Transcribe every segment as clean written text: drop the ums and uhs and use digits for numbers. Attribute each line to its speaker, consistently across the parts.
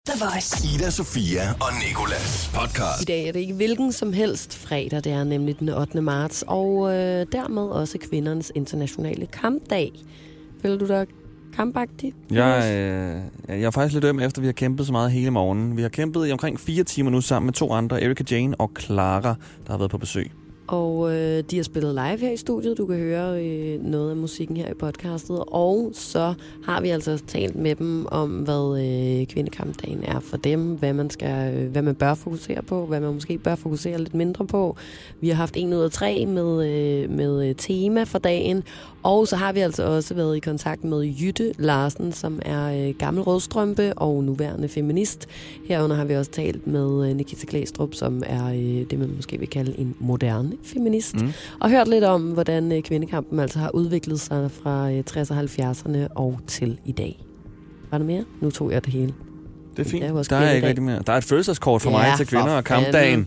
Speaker 1: The Voice.
Speaker 2: Ida, Sofia og Nicolas podcast.
Speaker 3: I dag er det ikke hvilken som helst fredag, det er nemlig den 8. marts, og dermed også kvindernes internationale kampdag. Føler du dig kampagtig?
Speaker 4: Jeg er faktisk lidt øm efter, vi har kæmpet så meget hele morgenen. Vi har kæmpet i omkring 4 timer nu sammen med 2 andre, Erika Jane og Clara, der har været på besøg.
Speaker 3: Og de har spillet live her i studiet. Du kan høre noget af musikken her i podcastet. Og så har vi altså talt med dem om, hvad kvindekampdagen er for dem. Hvad man bør fokusere på. Hvad man måske bør fokusere lidt mindre på. Vi har haft 1 ud af 3 med tema for dagen. Og så har vi altså også været i kontakt med Jytte Larsen, som er gammel rødstrømpe og nuværende feminist. Herunder har vi også talt med Nikita Klæstrup, som er det, man måske vil kalde en moderne feminist. Og hørt lidt om, hvordan kvindekampen altså har udviklet sig fra 60'erne og 70'erne og til i dag. Var der mere? Nu tog jeg det hele.
Speaker 4: Det er fint. Der er ikke rigtig mere. Der er et fødselskort for mig til kvinder og kampdagen.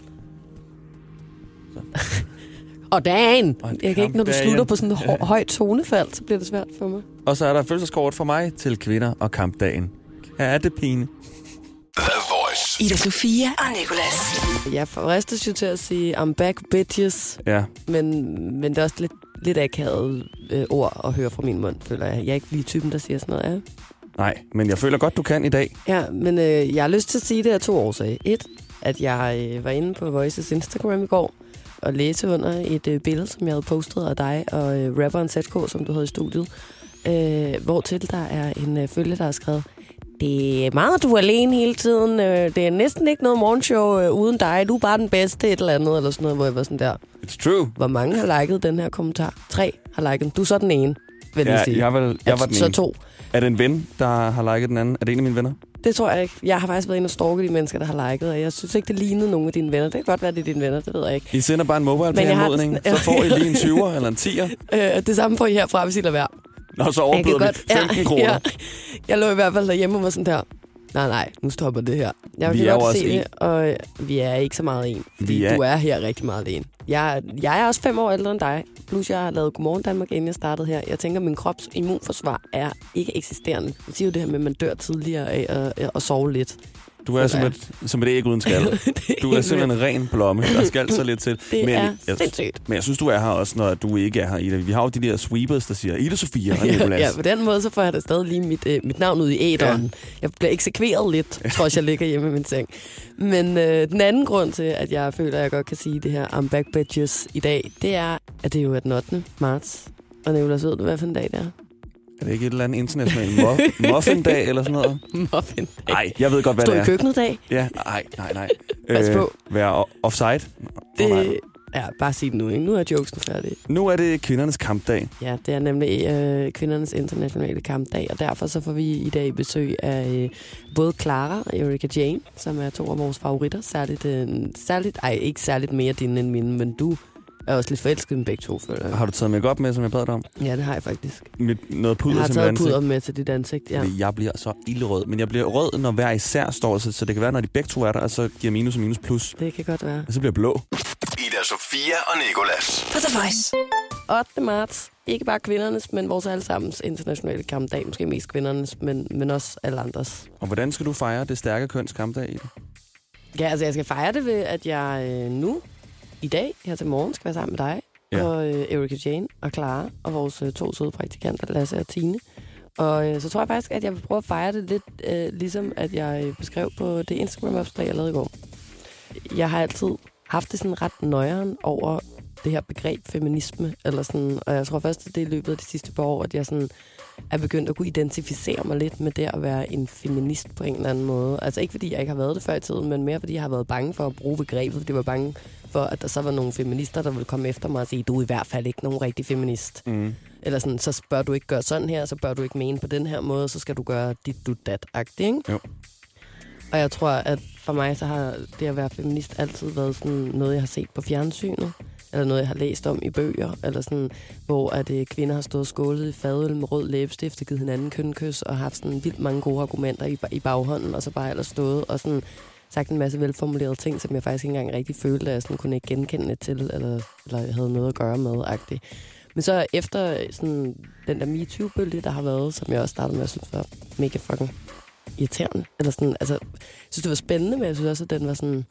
Speaker 3: Og dagen! Jeg kan ikke, når du slutter på sådan et højt tonefald, så bliver det svært for mig.
Speaker 4: Og så er der et fødselskort for mig til kvinder og kampdagen. Er det pine?
Speaker 2: The Voice.
Speaker 1: Ida, Sofia og Nicolas.
Speaker 3: Jeg fristes jo til at sige, I'm back, bitches.
Speaker 4: Ja.
Speaker 3: Men det er også lidt akavet ord at høre fra min mund, føler jeg. Jeg er ikke lige typen, der siger sådan noget, ja.
Speaker 4: Nej, men jeg føler godt, du kan i dag.
Speaker 3: Ja, men jeg har lyst til at sige det af 2 årsager. 1, at jeg var inde på Voices Instagram i går, og læse under et billede, som jeg havde postet af dig og rapperen ZK, som du havde i studiet, hvor til der er en følge, der har skrevet, det er meget, du er alene hele tiden. Det er næsten ikke noget morgenshow uden dig. Du er bare den bedste, et eller andet, eller sådan noget, hvor jeg var sådan der.
Speaker 4: It's true.
Speaker 3: Hvor mange har liket den her kommentar? 3 har liket den. Du er så den ene, vil jeg sige.
Speaker 4: Jeg var den
Speaker 3: så
Speaker 4: ene.
Speaker 3: 2.
Speaker 4: Er det en ven, der har liket den anden? Er det en af mine venner?
Speaker 3: Det tror jeg ikke. Jeg har faktisk været inde og stalke de mennesker, der har liket, og jeg synes ikke, det lignede nogen af dine venner. Det kan godt være, det er dine venner, det ved jeg ikke.
Speaker 4: I sender bare en mobile-anmodning, så får I lige en 20'er eller en 10'er.
Speaker 3: Det samme får I herfra, hvis I lader være.
Speaker 4: Nå, så overbyder vi 15 kroner.
Speaker 3: Ja. Jeg lå i hvert fald derhjemme og var sådan der. Nej, nu stopper det her. Jeg vil godt se det, og vi er ikke så meget en. Fordi du er her rigtig meget alene. Jeg er også 5 år ældre end dig. Plus jeg har lavet Godmorgen Danmark, inden jeg startede her. Jeg tænker, at min krops immunforsvar er ikke eksisterende. Jeg siger jo det her med, at man dør tidligere af at sove lidt.
Speaker 4: Du er som et æg uden skal. Du er simpelthen en ren blomme. Der skal så lidt til.
Speaker 3: Det er sindssygt.
Speaker 4: Men jeg synes, du er her også, når du ikke er her, Ida. Vi har jo de der sweepers, der siger Ida, Sofia og Nicolas.
Speaker 3: Ja, på den måde, så får jeg da stadig lige mit navn ud i æderen. Ja. Jeg bliver eksekveret lidt, tror jeg ligger hjemme i min seng. Men den anden grund til, at jeg føler, at jeg godt kan sige det her I'm back bitches i dag, det er, at det jo er den 8. marts. Og Nicolas, ved du, hvad for en dag det er?
Speaker 4: Er det ikke et eller andet international muffin-dag eller sådan noget?
Speaker 3: Muffin-dag?
Speaker 4: Nej, jeg ved godt, hvad det er.
Speaker 3: Stå i køkkenet-dag?
Speaker 4: Ja, nej.
Speaker 3: Pas på.
Speaker 4: Være offside?
Speaker 3: Ja, bare sig det nu, ikke? Nu er jokesen færdig.
Speaker 4: Nu er det kvindernes kampdag.
Speaker 3: Ja, det er nemlig kvindernes internationale kampdag, og derfor så får vi i dag besøg af både Clara og Erika Jane, som er 2 af vores favoritter. Ikke særligt mere dine end mine, men du er også lidt forelsket med begge 2, føler jeg.
Speaker 4: Har du taget make-up med, som jeg bad dig om?
Speaker 3: Ja, det har jeg faktisk.
Speaker 4: Noget puder
Speaker 3: jeg har
Speaker 4: til
Speaker 3: taget
Speaker 4: ansigt?
Speaker 3: puder med til dit ansigt, ja.
Speaker 4: Jeg bliver så ildrød, men jeg bliver rød, når hver især står, så det kan være, når de begge 2 er der, og så giver minus og minus plus.
Speaker 3: Det kan godt være.
Speaker 4: Og så bliver blå.
Speaker 2: Ida, Sofia og Nicolas.
Speaker 1: For The Voice.
Speaker 3: 8. marts. Ikke bare kvindernes, men vores allesammens internationale kampdag. Måske mest kvindernes, men også alle andres.
Speaker 4: Og hvordan skal du fejre det stærke køns kampdag, Ida?
Speaker 3: Ja, altså jeg skal fejre det ved, at jeg nu, i dag, her til morgen, skal være sammen med dig. Ja. Og Erika Jane og Clara og vores 2 søde praktikanter, Lasse og Tine. Og så tror jeg faktisk, at jeg vil prøve at fejre det lidt, ligesom at jeg beskrev på det Instagram-opslag, jeg lavede i går. Jeg har altid haft det sådan ret nøjeren over det her begreb feminisme, eller sådan, og jeg tror først, at det er i løbet af de sidste par år, at jeg sådan er begyndt at kunne identificere mig lidt med det at være en feminist på en eller anden måde. Altså ikke fordi jeg ikke har været det før i tiden, men mere fordi jeg har været bange for at bruge begrebet, fordi jeg var bange for, at der så var nogle feminister, der ville komme efter mig og sige, du er i hvert fald ikke nogen rigtig feminist. Mm. Eller sådan, så bør du ikke gøre sådan her, så bør du ikke mene på den her måde, så skal du gøre dit, du, dat-agtigt, ikke? Jo. Og jeg tror, at for mig, så har det at være feminist altid været sådan noget, jeg har set på fjernsynet, eller noget, jeg har læst om i bøger, eller sådan, hvor at kvinder har stået og skålet i fadøl med rød læbestift og givet hinanden kønkys, og haft sådan vildt mange gode argumenter i baghånden, og så bare ellers stået og sådan sagt en masse velformulerede ting, som jeg faktisk ikke engang rigtig følte, at jeg sådan kunne ikke genkende det til, eller jeg havde noget at gøre med-agtigt. Men så efter sådan, den der MeToo-bølge, der har været, som jeg også startede med at synes var mega fucking irriterende. Eller sådan, altså, jeg synes, det var spændende, men jeg synes også, at den var sådan,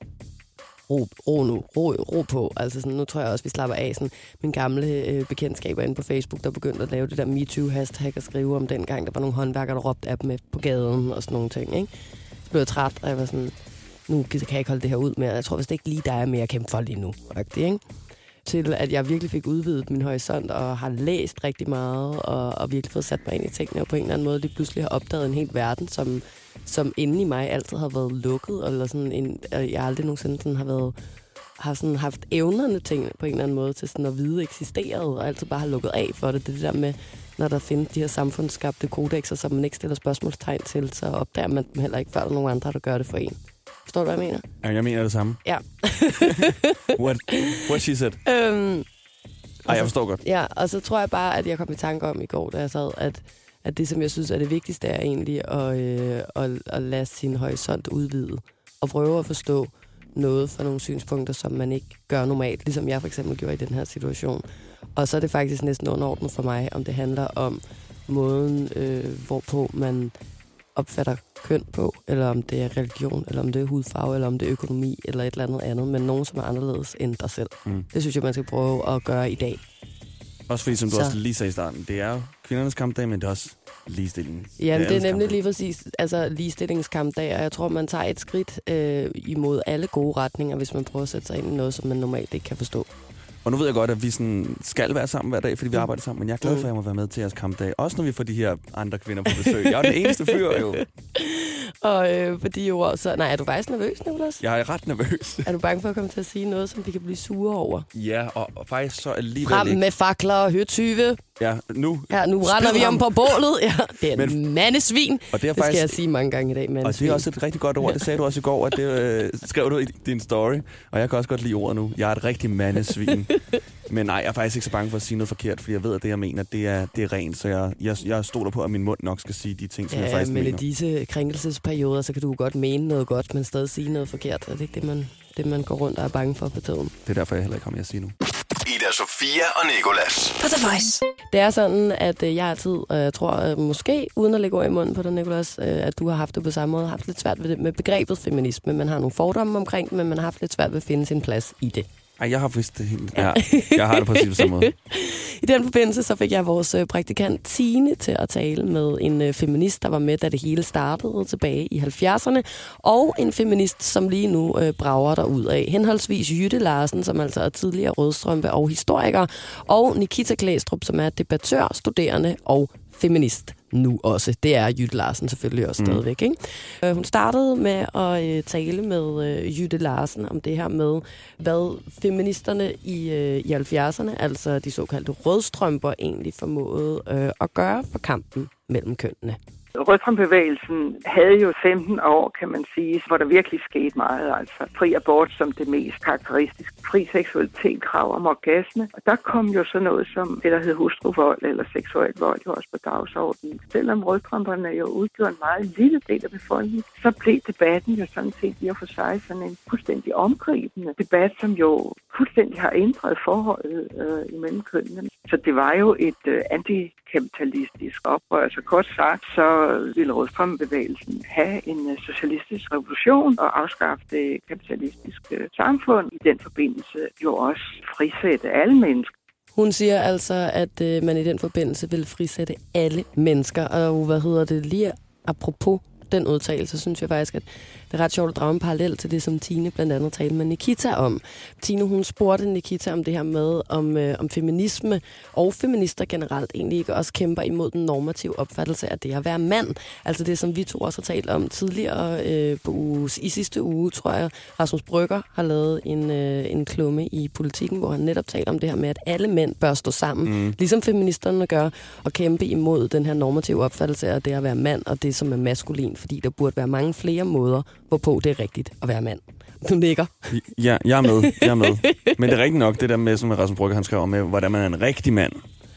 Speaker 3: ro på. Altså sådan, nu tror jeg også, vi slapper af. Sådan, mine gamle bekendtskaber inde på Facebook, der begyndte at lave det der MeToo-hashtag og skrive om dengang, der var nogle håndværkere, der råbte af dem med på gaden og sådan nogle ting, ikke? Så blev jeg træt, og jeg var sådan, nu kan jeg ikke holde det her ud mere. Jeg tror vist ikke lige, der er mere at kæmpe for lige nu. Ikke? Til at jeg virkelig fik udvidet min horisont og har læst rigtig meget og virkelig fået sat mig ind i tingene og på en eller anden måde lige pludselig har opdaget en helt verden, som inde i mig altid har været lukket, eller sådan jeg aldrig nogensinde sådan har haft evnerne ting på en eller anden måde til sådan at vide eksisteret, og altid bare har lukket af for det. Det der med, når der findes de her samfundsskabte kodexer, som man ikke stiller spørgsmålstegn til, så opdager man dem heller ikke, før der er nogen andre, der gør det for en. Forstår du, hvad jeg mener?
Speaker 4: Ja, jeg mener det samme.
Speaker 3: Ja.
Speaker 4: What she said? Jeg forstår godt.
Speaker 3: Ja, og så tror jeg bare, at jeg kom i tanke om i går, da jeg sad, at det, som jeg synes er det vigtigste, er egentlig at lade sin horisont udvide. Og prøve at forstå noget fra nogle synspunkter, som man ikke gør normalt, ligesom jeg for eksempel gjorde i den her situation. Og så er det faktisk næsten underordnet for mig, om det handler om måden, hvorpå man opfatter køn på, eller om det er religion, eller om det er hudfarve, eller om det er økonomi, eller et eller andet, men nogen, som er anderledes end dig selv. Det synes jeg, man skal prøve at gøre i dag.
Speaker 4: Også fordi, som du også lige sagde i starten, det er jo kvindernes kampdag, men det er også ligestilling.
Speaker 3: Ja, det er nemlig lige præcis ligestillingskampdag, og jeg tror, man tager et skridt imod alle gode retninger, hvis man prøver at sætte sig ind i noget, som man normalt ikke kan forstå. Og
Speaker 4: nu ved jeg godt, at vi sådan skal være sammen hver dag, fordi vi arbejder sammen, men jeg er glad for, at jeg må være med til jeres kampdag. Også når vi får de her andre kvinder på besøg. Jeg er den eneste fyr, jo.
Speaker 3: Og fordi jo også... Nej, er du faktisk nervøs, Nicolas?
Speaker 4: Jeg er ret nervøs.
Speaker 3: Er du bange for at komme til at sige noget, som vi kan blive sure over?
Speaker 4: Ja, og faktisk så alligevel
Speaker 3: frem med fakler og høtyve.
Speaker 4: Ja, nu
Speaker 3: render vi om på bålet. Ja, det er en mandesvin. Og det skal jeg sige mange gange i dag, mandesvin.
Speaker 4: Og det er også et rigtig godt ord. Det sagde du også i går, at det skrev du i din story. Og jeg kan også godt lide ordet nu. Jeg er et rigtig mandesvin. Men nej, jeg er faktisk ikke så bange for at sige noget forkert, fordi jeg ved, at det, jeg mener, det er rent. Så jeg stoler på, at min mund nok skal sige de ting, som jeg faktisk mener.
Speaker 3: Men i disse krænkelsesperioder, så kan du godt mene noget godt, men stadig sige noget forkert. Er det ikke det, man går rundt og er bange for på tiden?
Speaker 4: Det er derfor, jeg heller ikke kommer at sige nu.
Speaker 2: Ida Sofia og Nicolas.
Speaker 1: På The Voice.
Speaker 3: Det er sådan, at jeg altid, jeg tror måske, uden at lægge ord i munden på dig, Nicolas, at du har haft det på samme måde, haft lidt svært ved det med begrebet feminisme. Man har nogle fordomme omkring det, men man har haft lidt svært ved at finde sin plads i det.
Speaker 4: Ej, jeg har vist det helt. Ja, jeg har det præcis på samme måde.
Speaker 3: I den forbindelse så fik jeg vores praktikant Tine til at tale med en feminist, der var med, da det hele startede tilbage i 70'erne, og en feminist, som lige nu brager derud af. Henholdsvis Jytte Larsen, som altså er tidligere rødstrømpe og historiker, og Nikita Klæstrup, som er debattør, studerende og feminist nu også. Det er Jytte Larsen selvfølgelig også stadigvæk, ikke? Hun startede med at tale med Jytte Larsen om det her med, hvad feministerne i 70'erne, altså de såkaldte rødstrømper, egentlig formåede at gøre for kampen mellem kønnene.
Speaker 5: Rødstrømbevægelsen havde jo 15 år, kan man sige, hvor der virkelig skete meget. Altså fri abort som det mest karakteristiske, fri seksualitet, krav om orgasme. Og der kom jo sådan noget som det, der hed hustruvold eller seksuel vold, jo også på dagsordenen. Selvom rødstrømperne jo udgjorde en meget lille del af befolkningen, så blev debatten jo sådan set i og for sig sådan en fuldstændig omgribende debat, som jo fuldstændig har ændret forholdet imellem kønnene. Så det var jo et antikapitalistisk oprør. Så kort sagt, så ville rødstrømbevægelsen have en socialistisk revolution og afskaffe det kapitalistiske samfund. I den forbindelse jo også frisætte alle mennesker.
Speaker 3: Hun siger altså, at man i den forbindelse vil frisætte alle mennesker. Og lige apropos den udtalelse, synes jeg faktisk, at det er ret sjovt at drage en parallel til det, som Tine blandt andet talte med Nikita om. Tine, hun spurgte Nikita om det her med, om feminisme og feminister generelt egentlig ikke også kæmper imod den normative opfattelse af det at være mand. Altså det, som vi to også har talt om tidligere i sidste uge, tror jeg, Rasmus Brygger har lavet en klumme i Politikken, hvor han netop taler om det her med, at alle mænd bør stå sammen, ligesom feministerne gør, og kæmpe imod den her normative opfattelse af det at være mand, og det, som er maskulin, fordi der burde være mange flere måder, hvorpå det er rigtigt at være mand. Du nikker.
Speaker 4: Ja, jeg er med. Men det er rigtigt nok, det der med, som Rasmus Brygger han skrev om, med, hvordan man er en rigtig mand.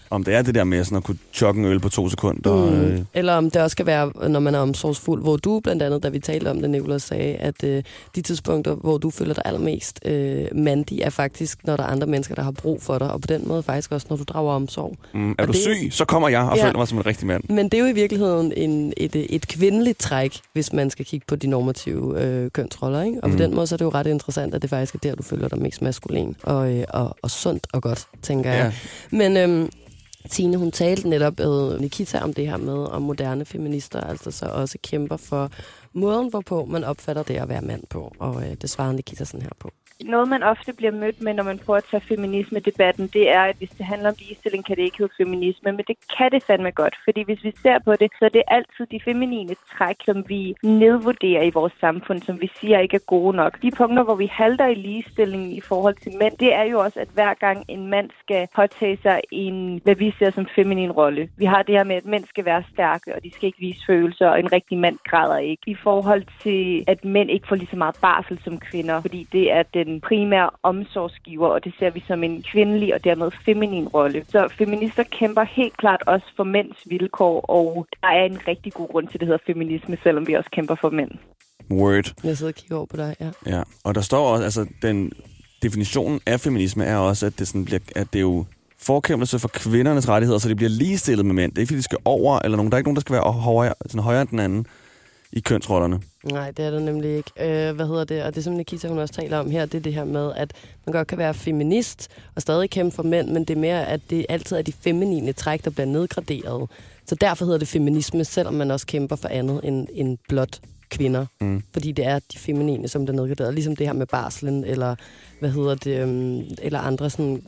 Speaker 4: Om det er det der med sådan at kunne chokke en øl på 2 sekunder.
Speaker 3: Eller om det også skal være, når man er omsorgsfuld, hvor du blandt andet, da vi talte om det, Nicolas, sagde, at de tidspunkter, hvor du føler dig allermest mandig, er faktisk, når der er andre mennesker, der har brug for dig, og på den måde faktisk også, når du drager omsorg.
Speaker 4: Er du syg, så kommer jeg og føler mig som en rigtig mand.
Speaker 3: Men det er jo i virkeligheden et kvindeligt træk, hvis man skal kigge på de normative kønsroller, ikke? Og på den måde så er det jo ret interessant, at det faktisk er der, du føler dig mest maskulin og sundt og godt, tænker jeg. Men Tine, hun talte netop med Nikita om det her med, om moderne feminister altså så også kæmper for måden, hvorpå man opfatter det at være mand på. Og det svarer Nikita sådan her på.
Speaker 6: Noget, man ofte bliver mødt med, når man prøver at tage feminisme-debatten, det er, at hvis det handler om ligestilling, kan det ikke hedde feminisme, men det kan det fandme godt. Fordi hvis vi ser på det, så er det altid de feminine træk, som vi nedvurderer i vores samfund, som vi siger ikke er gode nok. De punkter, hvor vi halter i ligestilling i forhold til mænd, det er jo også, at hver gang en mand skal påtage sig en, hvad vi ser som feminin rolle. Vi har det her med, at mænd skal være stærke, og de skal ikke vise følelser, og en rigtig mand græder ikke. I forhold til, at mænd ikke får lige så meget barsel som kvinder, fordi det er den primære omsorgsgiver, og det ser vi som en kvindelig og dermed feminin rolle. Så feminister kæmper helt klart også for mænds vilkår, og der er en rigtig god grund til, at det hedder feminisme, selvom vi også kæmper for mænd.
Speaker 4: Word.
Speaker 3: Jeg sidder og kigger over på dig,
Speaker 4: Ja, og der står også, altså den definitionen af feminisme er også, at det, sådan bliver, at det er jo forkæmpelse for kvindernes rettigheder, så det bliver ligestillet med mænd. Det er ikke, fordi de skal over, eller nogen. Der er ikke nogen, der skal være højere end den anden i kønsrollerne.
Speaker 3: Nej, det er det nemlig ikke. Og det som Nikita hun også taler om her, det er det her med, at man godt kan være feminist og stadig kæmpe for mænd, men det er mere, at det altid er de feminine træk, der bliver nedgraderet. Så derfor hedder det feminisme, selvom man også kæmper for andet end blot kvinder. Fordi det er de feminine, som bliver nedgraderet. Ligesom det her med barslen, eller eller andre sådan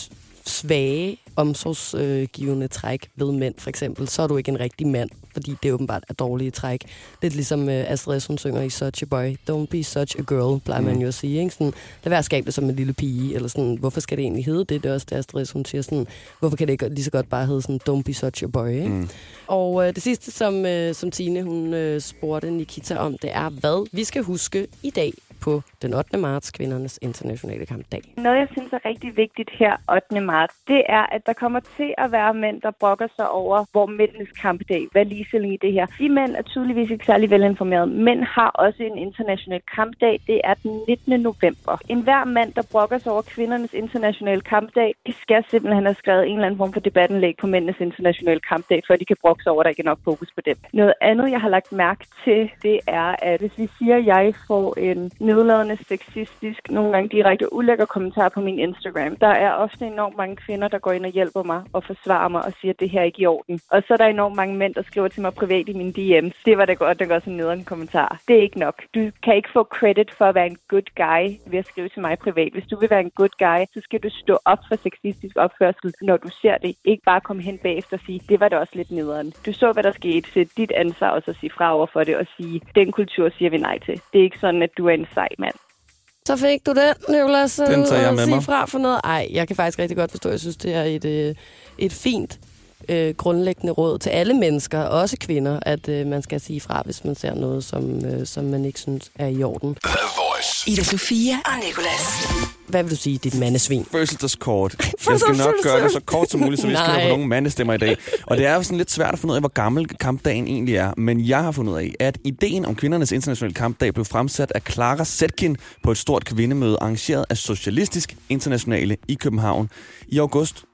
Speaker 3: svage, omsorgsgivende træk ved mænd, for eksempel, så er du ikke en rigtig mand, fordi det åbenbart er dårlige træk. Lidt ligesom Astrid, hun synger i Such a Boy. Don't be such a girl, plejer man jo at sige. Ikke? Sådan, lad være at skabe det som en lille pige, eller sådan, hvorfor skal det egentlig hedde det? Det er også det, Astrid, hun siger sådan, hvorfor kan det ikke lige så godt bare hedde sådan, don't be such a boy, ikke? Og det sidste, som Tine, hun spurgte Nikita om, det er, hvad vi skal huske i dag på den 8. marts, kvindernes internationale kampdag.
Speaker 6: Noget, jeg synes er rigtig vigtigt her 8. marts, det er, at der kommer til at være mænd, der brokker sig over, hvor mændenes kampdag, hvad ligestilling i det her. De mænd er tydeligvis ikke særlig velinformerede. Mænd har også en international kampdag, det er den 19. november. En hver mand, der brokker sig over kvindernes internationale kampdag, de skal simpelthen have skrevet en eller anden form for debattenlæg på mændenes internationale kampdag, før de kan brokke sig over, at der ikke er nok fokus på dem. Noget andet, jeg har lagt mærke til, det er, at hvis vi siger, at jeg får en nedladende, sexistisk, nogle gange direkte ulækker kommentar på min Instagram. Der er ofte enormt mange kvinder, der går ind og hjælper mig og forsvarer mig og siger, at det her er ikke i orden. Og så er der enormt mange mænd, der skriver til mig privat i mine DM's. Det var da godt, der går sådan nederen kommentar. Det er ikke nok. Du kan ikke få credit for at være en good guy ved at skrive til mig privat. Hvis du vil være en good guy, så skal du stå op for sexistisk opførsel, når du ser det. Ikke bare komme hen bagefter og sige, det var da også lidt nederen. Du så, hvad der skete. Sæt dit ansvar også at sige fra over for det og sige, den kultur siger vi nej til. Det er ikke sådan, at du er en sej mand.
Speaker 3: Så fik du den, Nicolas.
Speaker 4: Den tager jeg med mig.
Speaker 3: Fra for noget. Ej, jeg kan faktisk rigtig godt forstå, jeg synes, det er et fint grundlæggende råd til alle mennesker, også kvinder, at man skal sige fra, hvis man ser noget, som man ikke synes er i orden.
Speaker 2: The Voice.
Speaker 1: Ida Sofia og Nicolas.
Speaker 3: Hvad vil du sige, dit mandesvin?
Speaker 4: Fødselskort. Jeg skal nok gøre det så kort som muligt, så vi skal på nogle mandestemmer i dag. Og det er jo sådan lidt svært at finde ud af, hvor gammel kampdagen egentlig er. Men jeg har fundet ud af, at ideen om kvindernes internationale kampdag blev fremsat af Clara Zetkin på et stort kvindemøde, arrangeret af Socialistisk Internationale i København i august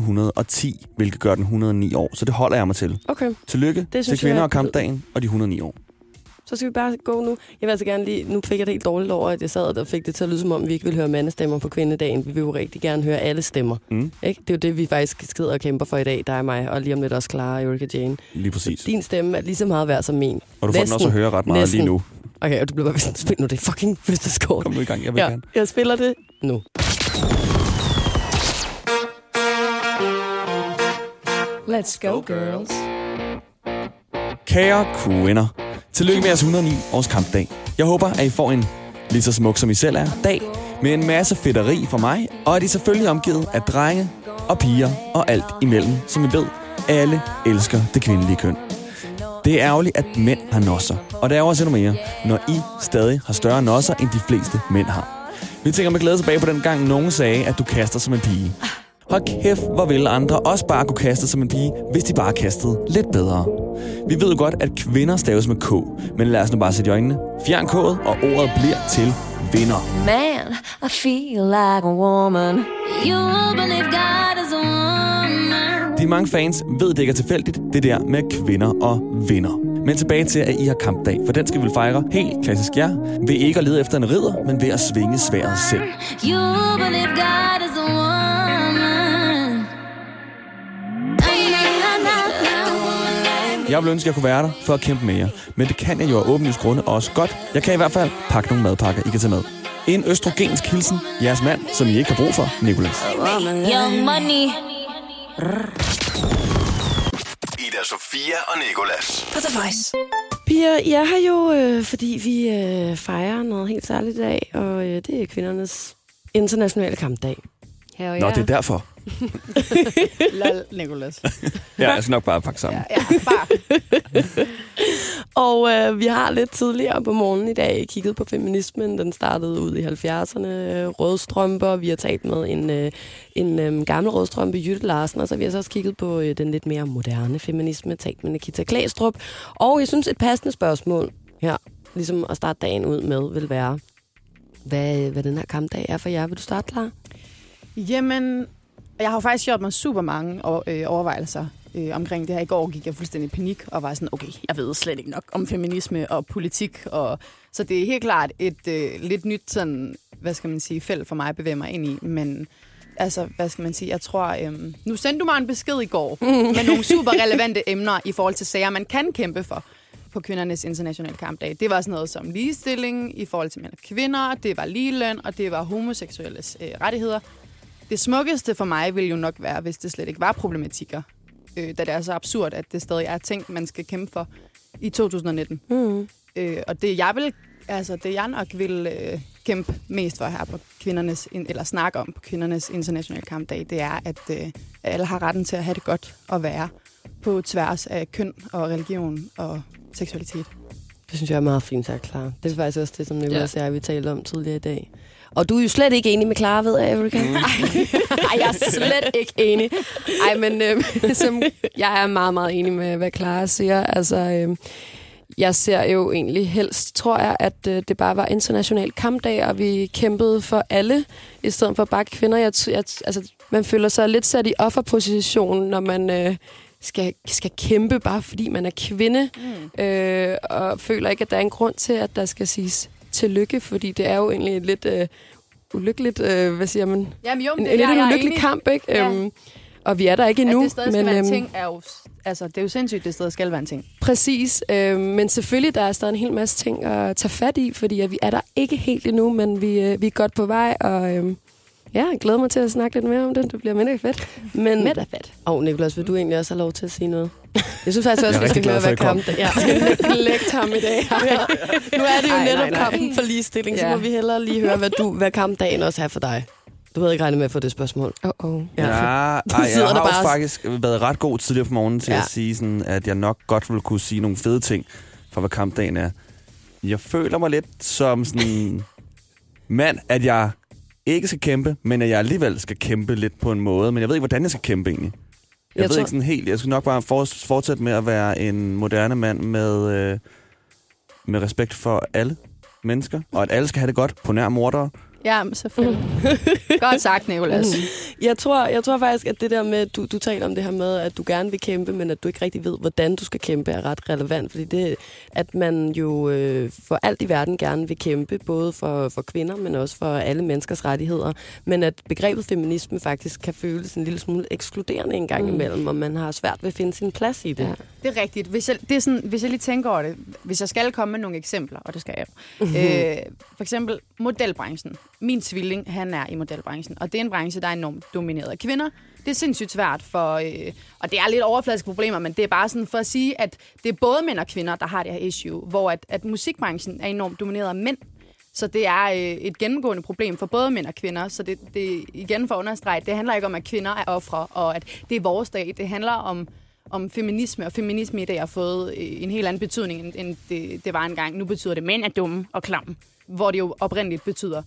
Speaker 4: 1910, hvilket gør den 109 år. Så det holder jeg mig til.
Speaker 3: Okay.
Speaker 4: Tillykke til kvinder og kampdagen og de 109 år.
Speaker 3: Så skal vi bare gå nu. Jeg vil altså gerne lige... Nu fik jeg det helt dårligt over, at jeg sad og fik det til at lyde, som om vi ikke vil høre mandestemmer på kvindedagen. Vi vil jo rigtig gerne høre alle stemmer. Ikke? Det er jo det, vi faktisk sidder og kæmper for i dag. Dig og mig, og lige om lidt også Clara og Erika Jane.
Speaker 4: Lige præcis.
Speaker 3: Din stemme er lige så meget værd som min.
Speaker 4: Og du får den også at høre ret meget lige nu.
Speaker 3: Okay, og du bliver bare sådan, spil nu det fucking fødselskort.
Speaker 4: Kom nu i gang, jeg vil gerne.
Speaker 3: Jeg spiller det nu. Let's go, girls.
Speaker 4: Kære kvinder, tillykke med jeres 109 års kampdag. Jeg håber, at I får en lige så smuk som I selv er dag, med en masse fedteri for mig, og at I selvfølgelig omgivet af drenge og piger og alt imellem, som I ved, alle elsker det kvindelige køn. Det er ærgerligt, at mænd har nosser, og det er også endnu mere, når I stadig har større nosser, end de fleste mænd har. Vi tænker med glæde tilbage på den gang, nogen sagde, at du kaster som en pige. Hold kæft, hvor ville andre også bare kunne kaste som en pige, hvis de bare kastede lidt bedre. Vi ved jo godt, at kvinder staves med K, men lad os nu bare sætte i øjnene. Fjern K'et, og ordet bliver til vinder.
Speaker 7: Man, I feel like a woman. You believe God is a woman.
Speaker 4: De mange fans ved, det ikke er tilfældigt, det der med kvinder og vinder. Men tilbage til, at I har kampdag, for den skal vi fejre helt klassisk ved ikke at lede efter en ridder, men ved at svinge sværet selv.
Speaker 7: You believe God is a woman.
Speaker 4: Jeg ville ønske, at jeg kunne være der for at kæmpe med jer, men det kan jeg jo af åbenlyst grunde også godt. Jeg kan i hvert fald pakke nogle madpakker, I kan tage med. En østrogensk hilsen, jeres mand, som I ikke har brug for, Nicolas.
Speaker 7: Young money.
Speaker 2: Ida Sofia og Nicolas.
Speaker 1: På The Voice.
Speaker 3: Piger, jeg har jo, fordi vi fejrer noget helt særligt i dag, og det er kvindernes internationale kampdag.
Speaker 4: Nå, det er derfor.
Speaker 8: Lol, Nicolas.
Speaker 4: Ja, jeg skal nok bare pakke sammen.
Speaker 8: Ja, bare.
Speaker 3: Og vi har lidt tidligere på morgenen i dag kigget på feminismen. Den startede ud i 70'erne. Rødstrømper. Vi har talt med en gammel rødstrømpe, Jytte Larsen. Og så har vi også kigget på den lidt mere moderne feminisme. Talt med Nikita Klæstrup. Og jeg synes, et passende spørgsmål her, ligesom at starte dagen ud med, vil være, hvad den her kampdag er for jer. Vil du starte, Clara?
Speaker 8: Jamen, jeg har jo faktisk gjort mig super mange overvejelser omkring det her. I går gik jeg fuldstændig i panik og var sådan, okay, jeg ved slet ikke nok om feminisme og politik. Så det er helt klart et lidt nyt sådan, hvad skal man sige, felt for mig at bevæge mig ind i. Men altså, hvad skal man sige, jeg tror, nu sendte du mig en besked i går med nogle super relevante emner i forhold til sager, man kan kæmpe for på kvindernes internationale kampdag. Det var sådan noget som ligestilling i forhold til mænd og kvinder, det var ligeløn, og det var homoseksuelles rettigheder. Det smukkeste for mig ville jo nok være, hvis det slet ikke var problematikker, da det er så absurd, at det stadig er ting, man skal kæmpe for i 2019. Og det jeg nok vil kæmpe mest for her på kvindernes, eller snakke om på kvindernes internationale kampdag, det er, at alle har retten til at have det godt og være på tværs af køn og religion og seksualitet.
Speaker 3: Det synes jeg er meget fint sagt, Clara. Det er faktisk også det, som Nicolas og jeg vi talte om tidligere i dag. Og du er jo slet ikke enig med Clara, ved jeg, Erika. Nej, jeg er slet ikke enig. Ej, men jeg er meget, meget enig med, hvad Clara siger. Altså, jeg ser jo egentlig helst, tror jeg, at det bare var international kampdag, og vi kæmpede for alle, i stedet for bare kvinder. Altså, man føler sig lidt sat i offerposition, når man skal kæmpe, bare fordi man er kvinde, og føler ikke, at der er en grund til, at der skal siges tillykke, fordi det er jo egentlig et lidt ulykkeligt, hvad siger man?
Speaker 8: Jamen jo,
Speaker 3: en lidt ulykkelig kamp, ikke?
Speaker 8: Ja.
Speaker 3: Og vi er der ikke endnu.
Speaker 8: At det stadig skal være en ting, er jo, altså, det er jo sindssygt, det stadig skal være en ting.
Speaker 3: Præcis, men selvfølgelig, der er stadig en hel masse ting at tage fat i, fordi vi er der ikke helt endnu, men vi er godt på vej, og ja, jeg glæder mig til at snakke lidt mere om det. Det bliver mega fedt. Men
Speaker 8: mega fedt.
Speaker 3: Nicolas, vil du egentlig også have lov til at sige noget? Jeg synes faktisk også, vi skal høre, hvad kampen er.
Speaker 8: Jeg skal lægge ham i dag.
Speaker 3: Nu er det jo netop kampen for ligestilling, så må vi hellere lige høre, hvad kampdagen også er for dig. Du havde ikke regnet med at få det spørgsmål.
Speaker 4: Ja, jeg har jo faktisk været ret god tidligere på morgenen til at sige, sådan, at jeg nok godt ville kunne sige nogle fede ting for, hvad kampdagen er. Jeg føler mig lidt som sådan mand, at jeg ikke skal kæmpe, men at jeg alligevel skal kæmpe lidt på en måde. Men jeg ved ikke, hvordan jeg skal kæmpe egentlig. Jeg ved ikke sådan helt. Jeg skal nok bare fortsætte med at være en moderne mand med respekt for alle mennesker, og at alle skal have det godt på nær mordere.
Speaker 8: Ja, selvfølgelig. Godt sagt, Nicolas.
Speaker 3: Jeg tror faktisk, at det der med, du taler om det her med, at du gerne vil kæmpe, men at du ikke rigtig ved, hvordan du skal kæmpe, er ret relevant. Fordi det, at man jo for alt i verden gerne vil kæmpe, både for kvinder, men også for alle menneskers rettigheder. Men at begrebet feminisme faktisk kan føles en lille smule ekskluderende en gang imellem, og man har svært ved at finde sin plads i det. Ja.
Speaker 8: Det er rigtigt. Hvis jeg lige tænker over det, hvis jeg skal komme med nogle eksempler, og det skal jeg for eksempel modelbranchen. Min tvilling, han er i modelbranchen, og det er en branche, der er enormt domineret af kvinder. Det er sindssygt svært for, og det er lidt overfladiske problemer, men det er bare sådan for at sige, at det er både mænd og kvinder, der har det her issue, hvor at musikbranchen er enormt domineret af mænd. Så det er et gennemgående problem for både mænd og kvinder. Så det igen for at understrege, det handler ikke om, at kvinder er ofre, og at det er vores dag. Det handler om feminisme, og feminisme i dag har fået en helt anden betydning, end det var engang. Nu betyder det, mænd er dumme og klamme, hvor det jo oprindeligt betyder,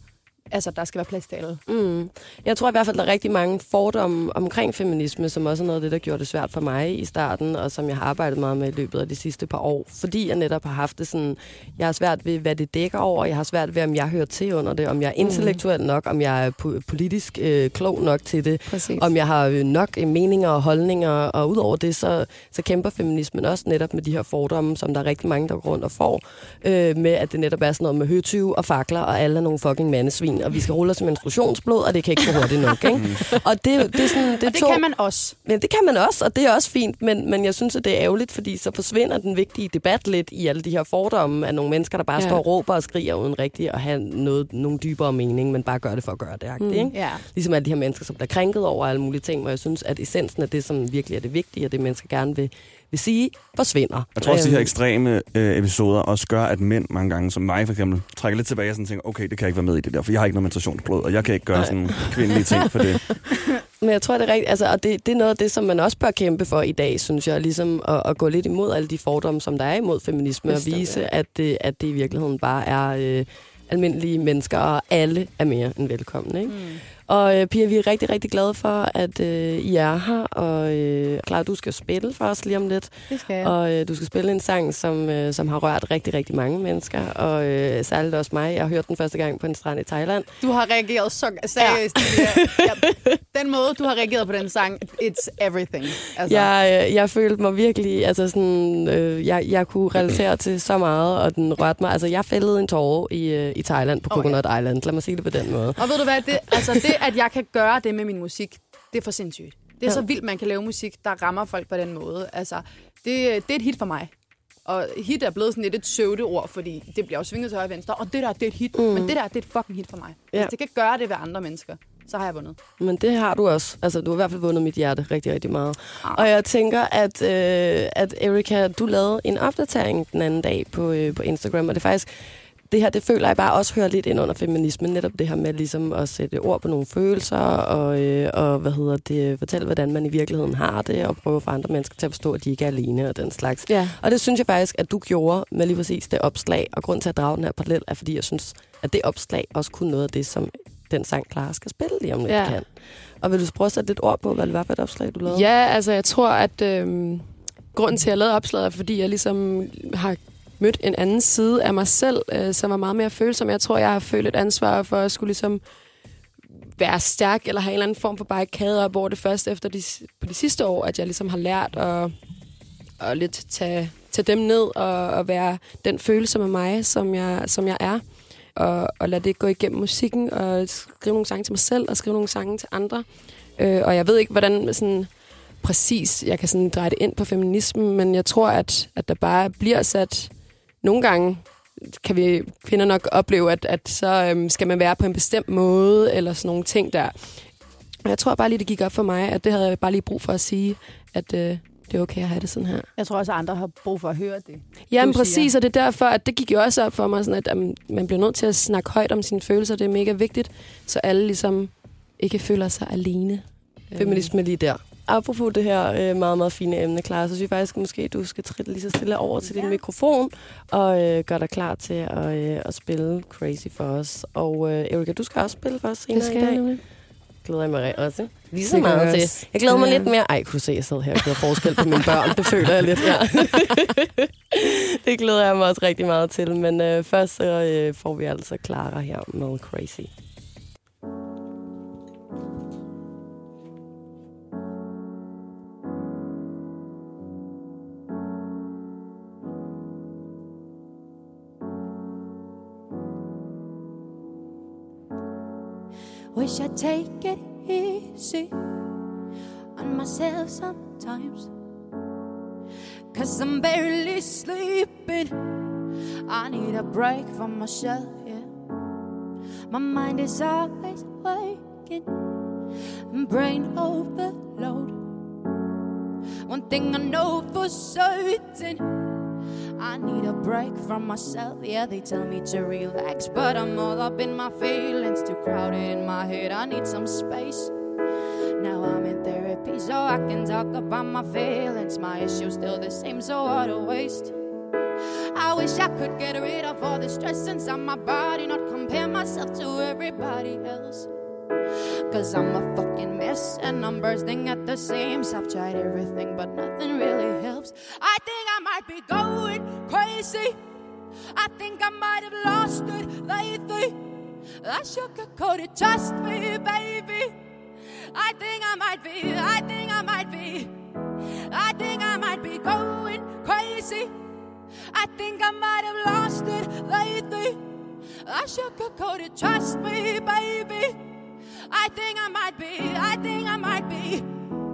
Speaker 8: altså, der skal være plads til alle.
Speaker 3: Jeg tror i hvert fald, der er rigtig mange fordomme omkring feminisme, som også er noget af det, der gjorde det svært for mig i starten, og som jeg har arbejdet meget med i løbet af de sidste par år. Fordi jeg netop har haft det sådan, jeg har svært ved, hvad det dækker over, jeg har svært ved, om jeg hører til under det, om jeg er intellektuel nok, om jeg er politisk klog nok til det,
Speaker 8: Præcis.
Speaker 3: om jeg har nok meninger og holdninger, og udover det, så kæmper feminismen også netop med de her fordomme, som der er rigtig mange, der går rundt og får, med at det netop er sådan noget med høtyve og fakler, og alle er nogle fucking mandesvin, og vi skal rulle os med menstruationsblod, og det kan ikke gå hurtigt nok, ikke? Og det er sådan,
Speaker 8: det kan man også.
Speaker 3: Men det kan man også, og det er også fint, men jeg synes, at det er ærgerligt, fordi så forsvinder den vigtige debat lidt i alle de her fordomme af nogle mennesker, der bare står og råber og skriger uden rigtigt at have nogle dybere mening, men bare gør det for at gøre det, ikke?
Speaker 8: Ja.
Speaker 3: Ligesom alle de her mennesker, som bliver krænket over alle mulige ting, hvor jeg synes, at essensen af det, som virkelig er det vigtige, og det mennesker gerne vil sige, forsvinder.
Speaker 4: Jeg tror også, de her ekstreme episoder også gør, at mænd mange gange, som mig for eksempel, trækker lidt tilbage og sådan tænker, okay, det kan jeg ikke være med i det der, for jeg har ikke noget menstruationsblod, og jeg kan ikke gøre sådan kvindelige ting for det.
Speaker 3: Men jeg tror, det er rigtigt, altså, og det er noget af det, som man også bør kæmpe for i dag, synes jeg, ligesom at gå lidt imod alle de fordomme, som der er imod feminisme, og vise, at det i virkeligheden bare er almindelige mennesker, og alle er mere end velkomne, ikke? Og Pia, vi er rigtig, rigtig glade for, at I er her, og Clara, du skal spille for os lige om lidt.
Speaker 8: Det skal jeg.
Speaker 3: Og du skal spille en sang, som har rørt rigtig, rigtig mange mennesker, og særligt også mig. Jeg har hørt den første gang på en strand i Thailand.
Speaker 8: Du har reageret så seriøst. Ja. Den måde, du har reageret på den sang, it's everything. Altså.
Speaker 3: Jeg følte mig virkelig, altså sådan, jeg kunne relatere til så meget, og den rørte mig. Altså, jeg fældede en tåre i Thailand på Coconut Island. Lad mig sige det på den måde.
Speaker 8: Og ved du hvad, det, at jeg kan gøre det med min musik, det er for sindssygt. Det er så vildt, man kan lave musik, der rammer folk på den måde. Altså, det er et hit for mig. Og hit er blevet sådan lidt et søvdeord, fordi det bliver jo svinget til højre og venstre. Og det der, det er et hit. Men det der, det er et fucking hit for mig. Hvis det kan gøre det ved andre mennesker, så har jeg vundet.
Speaker 3: Men det har du også. Altså, du har i hvert fald vundet mit hjerte rigtig, rigtig meget. Og jeg tænker, at Erika, du lavede en opdatering den anden dag på Instagram, og det er faktisk... Det her, det føler jeg bare også hører lidt ind under feminismen, netop det her med ligesom at sætte ord på nogle følelser, og fortælle, hvordan man i virkeligheden har det, og prøve at få andre mennesker til at forstå, at de ikke er alene og den slags. Ja. Og det synes jeg faktisk, at du gjorde med lige præcis det opslag, og grund til at drage den her parallel er, fordi jeg synes, at det opslag også kunne noget af det, som den sang Clara skal spille lige om lidt kan. Og vil du prøve at sætte lidt ord på, hvad det var for et opslag, du lavede?
Speaker 9: Ja, altså jeg tror, at grunden til, at jeg lavede opslaget, er, fordi jeg ligesom har mødt en anden side af mig selv, som var meget mere følsom. Jeg tror, jeg har følt et ansvar for at skulle ligesom være stærk, eller have en eller anden form for barrikade op over det først efter på de sidste år, at jeg ligesom har lært at lidt tage dem ned og være den følelse af mig, som jeg er. Og lade det gå igennem musikken, og skrive nogle sange til mig selv, og skrive nogle sange til andre. Og jeg ved ikke, hvordan sådan præcis jeg kan sådan dreje det ind på feminismen, men jeg tror, at der bare bliver sat... Nogle gange kan vi kvinder nok opleve, at så skal man være på en bestemt måde, eller sådan nogle ting der. Og jeg tror bare lige, det gik op for mig, at det havde jeg bare lige brug for at sige, at det er okay at have det sådan her.
Speaker 8: Jeg tror også, at andre har brug for at høre det.
Speaker 9: Jamen præcis, og det er derfor, at det gik jo også op for mig, sådan at man bliver nødt til at snakke højt om sine følelser. Det er mega vigtigt, så alle ligesom ikke føler sig alene.
Speaker 3: Feminisme lige der. Apropos det her meget, meget fine emne, Clara, så synes jeg faktisk, måske du skal trille lige så stille over til din mikrofon og gøre dig klar til at spille Crazy for os. Og Erika, du skal også spille for os senere i dag. Det glæder jeg mig også lige så meget til. Jeg glæder mig lidt mere. Ej, kunne se, jeg sidder her og gør forskel på mine børn. Det føler jeg lidt her. Det glæder jeg mig også rigtig meget til. Men først så får vi altså Clara her med Crazy.
Speaker 7: Wish I'd take it easy on myself sometimes, 'cause I'm barely sleeping. I need a break from myself, yeah. My mind is always waking, brain overload. One thing I know for certain, I need a break from myself. Yeah, they tell me to relax, but I'm all up in my feelings, too crowded in my head. I need some space. Now I'm in therapy so I can talk about my feelings. My issue's still the same, so what a waste. I I wish I could get rid of all the stress inside my body, not compare myself to everybody else. Cause I'm a fucking mess and I'm bursting at the seams. I've tried everything but nothing really helps. I think I might be going crazy. I think I might have lost it lately. I sugarcoated, trust me, baby. I think I might be going crazy. I think I might have lost it lately. I sugarcoated, trust me, baby. I think I might be.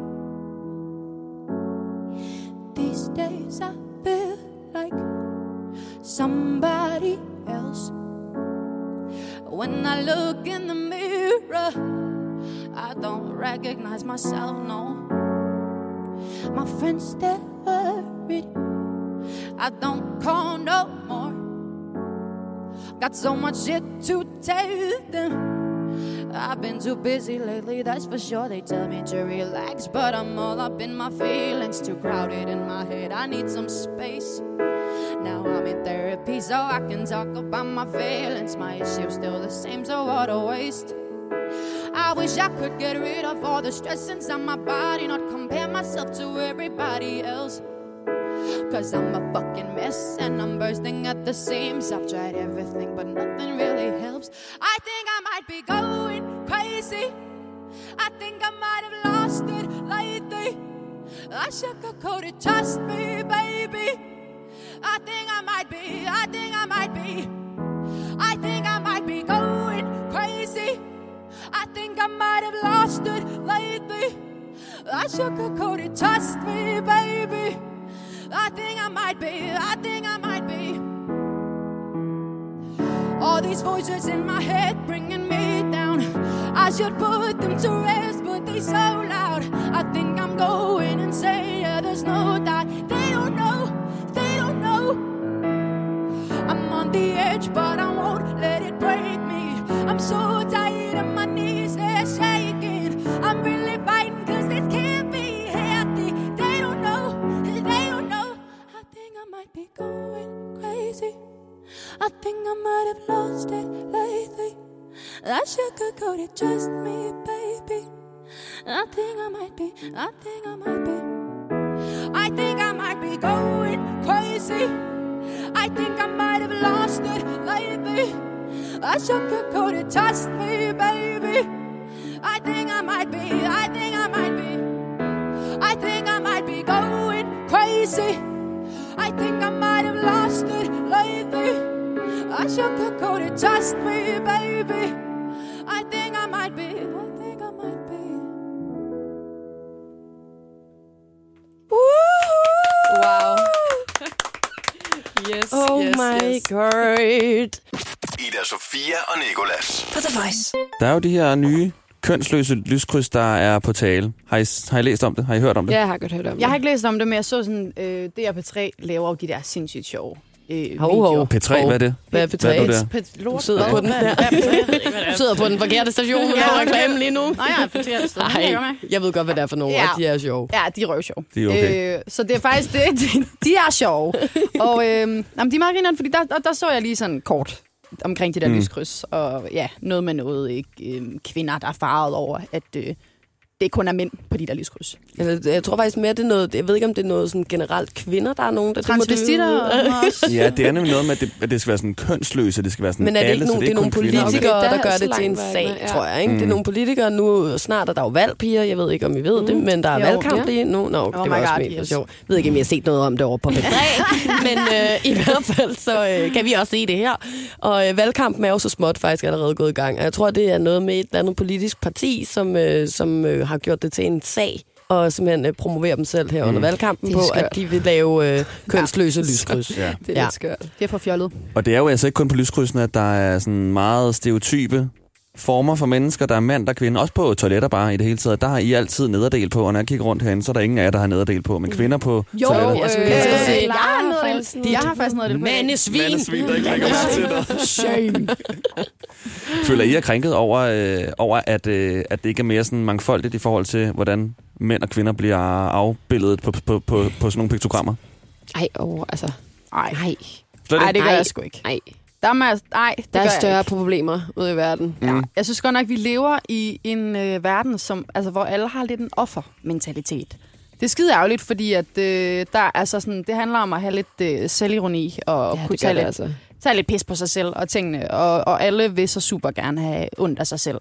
Speaker 7: These days I feel like somebody else. When I look in the mirror, I don't recognize myself, no. My friends, they're worried. I don't call no more. Got so much shit to tell them. I've been too busy lately, that's for sure. They tell me to relax, but I'm all up in my feelings. Too crowded in my head, I need some space. Now I'm in therapy so I can talk about my feelings. My issue's still the same, so what a waste. I wish I could get rid of all the stress inside my body, not compare myself to everybody else. Cause I'm a fucking mess and I'm bursting at the seams. I've tried everything but nothing really helps. I think I might be going crazy. I think I might have lost it lately. I sugarcoated, trust me, baby. I think I might be going crazy. I think I might have lost it lately. I sugarcoated, trust me, baby. I think I might be. All these voices in my head bringing me down. I should put them to rest, but they so loud. I think I'm going insane, yeah, there's no doubt. They don't know. I'm on the edge, but I won't let it break me. I'm so tired and my knees, they're shaking. I'm really fighting cause this can't be healthy. They don't know. I think I might be going crazy. I think I might have lost it lately. I sugarcoated, trust me, baby. I think I might be. I think I might be going crazy. I think I might have lost it lately. I sugarcoated, trust me, baby. I think I might be. I think I might be going crazy. I think I might have lost it lately. I sugarcoated, trust me, baby. I think I might be.
Speaker 9: Wow. Yes, my god.
Speaker 2: Ida Sofia og Nicolas.
Speaker 1: På The Voice.
Speaker 4: Der er jo de her nye kønsløse lyskryds, der er på tale. Har I læst om det? Har I hørt om det?
Speaker 9: Ja, jeg har godt hørt om det.
Speaker 8: Jeg har ikke læst om det, men jeg så sådan, DR P3 laver jo de der sindssygt sjove
Speaker 4: P3, hvad er det?
Speaker 9: Hvad er P3?
Speaker 4: Hvad er du der?
Speaker 9: Du sidder på den der. Du sidder på den forkerte station og reklamen lige nu.
Speaker 8: Nej, jeg er forkert sted.
Speaker 9: Jeg ved godt, hvad det er for nogle, og de er sjove.
Speaker 8: Ja, de er røvsjove.
Speaker 4: De er okay.
Speaker 8: Så det er faktisk det. De er sjove. Og de er meget grineren, fordi der så jeg lige sådan kort omkring de der lyskryds. Og ja, noget med noget, ikke? Kvinder, der er farvet over, at det kun er mænd på de der lyskryds.
Speaker 9: Jeg tror faktisk mere, det er noget, jeg ved ikke, om det er noget sådan generelt kvinder, der er nogen, der...
Speaker 8: Transvestitter også.
Speaker 4: Ja, det er nemlig noget med, at det skal være sådan kønsløse, det skal være sådan
Speaker 9: men er det
Speaker 4: alle,
Speaker 9: ikke
Speaker 4: så
Speaker 9: det er nogle politikere, der gør det til en sag, tror jeg, ikke? Det er nogle politikere nu, snart er der jo valgpiger, jeg ved ikke, om I ved det, men der er valgkamp lige nu. Det var også mega sjovt. Jeg ved ikke, om I har set noget om det over på P3, men i hvert fald, så kan vi også se det her. Og valgkampen er jo så småt faktisk allerede gået i gang. Jeg tror, det er noget med et eller andet politisk parti, som har gjort det til en sag, og simpelthen promoverer dem selv her under valgkampen på, at de vil lave kønsløse lyskryds.
Speaker 4: Ja.
Speaker 9: Det er lidt skørt.
Speaker 8: Det er for fjollet.
Speaker 4: Og det er jo altså ikke kun på lyskrydsene, at der er sådan meget stereotype former for mennesker, der er mand, der er kvinde. Også på toiletter bare i det hele taget. Der har I altid nederdel på, og når jeg kigger rundt herinde, så er der ingen af jer, der har nederdel på. Men kvinder på toiletter.
Speaker 8: Jeg har faktisk nederdel på.
Speaker 9: Mandesvin,
Speaker 4: der ikke lægger mig til dig.
Speaker 9: Shame.
Speaker 4: Føler I er krænket over at det ikke er mere sådan mangfoldigt i forhold til, hvordan mænd og kvinder bliver afbildet på sådan nogle piktogrammer?
Speaker 9: Nej.
Speaker 8: Nej, det gør jeg sgu ikke.
Speaker 9: Nej.
Speaker 8: Der
Speaker 9: er større problemer ude i verden.
Speaker 8: Ja, jeg synes godt nok, at vi lever i en verden, som, altså, hvor alle har lidt en offermentalitet. Det er skide ærgerligt, fordi at, der, altså, sådan, det handler om at have lidt selvironi og kunne tage lidt pis på sig selv og tingene, og alle vil så super gerne have ondt af sig selv.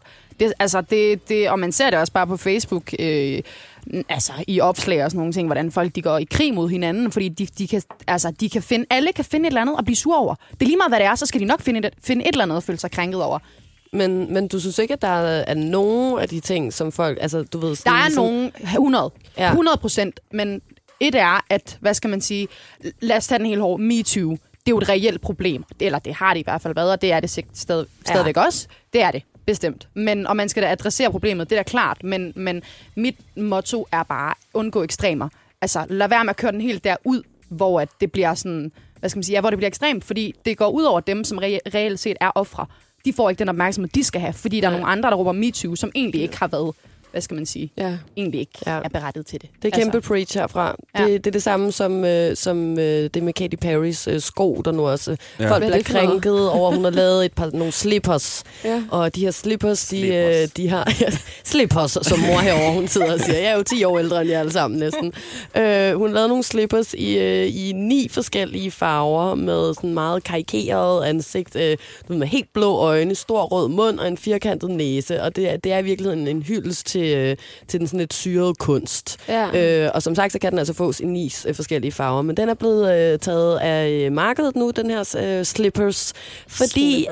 Speaker 8: Og man ser det også bare på Facebook, altså i opslag og sådan nogle ting, hvordan folk de går i krig mod hinanden, fordi de kan finde, alle kan finde et eller andet og blive sur over. Det er lige meget, hvad det er, så skal de nok finde et eller andet og føle sig krænket over.
Speaker 3: Men du synes ikke, at der er nogen af de ting, som folk... Altså, du ved,
Speaker 8: der er nogen 100%, men et er, at, hvad skal man sige, lad os tage den helt hårde, MeToo, det er jo et reelt problem. Eller det har det i hvert fald været, og det er det stadigvæk også. Det er det, bestemt. Og man skal da adressere problemet, det er da klart, men mit motto er bare, undgå ekstremer. Altså, lad være med at køre den helt derud, hvor at det bliver sådan, hvad skal man sige, hvor det bliver ekstremt, fordi det går ud over dem, som reelt set er ofre. De får ikke den opmærksomhed, de skal have, fordi der er nogle andre, der råber MeToo, som egentlig ikke har været, hvad skal man sige, egentlig ikke er berettiget til det.
Speaker 3: Det er kæmpe preach herfra. Ja. Det er det samme som det med Katy Perrys sko, der nu også folk bliver krænket over, hun har lavet nogle slippers. Ja. Og de her slippers, de har slippers, som mor herovre, hun sidder og siger. Jeg er jo 10 år ældre end jer alle sammen næsten. Hun har lavet nogle slippers i 9 forskellige farver med sådan meget karikeret ansigt, med helt blå øjne, stor rød mund og en firkantet næse. Og det er i virkeligheden en hyldest til den sådan lidt syrede kunst. Ja. Og som sagt, så kan den altså fås i 9 forskellige farver. Men den er blevet taget af markedet nu, den her slippers. Fordi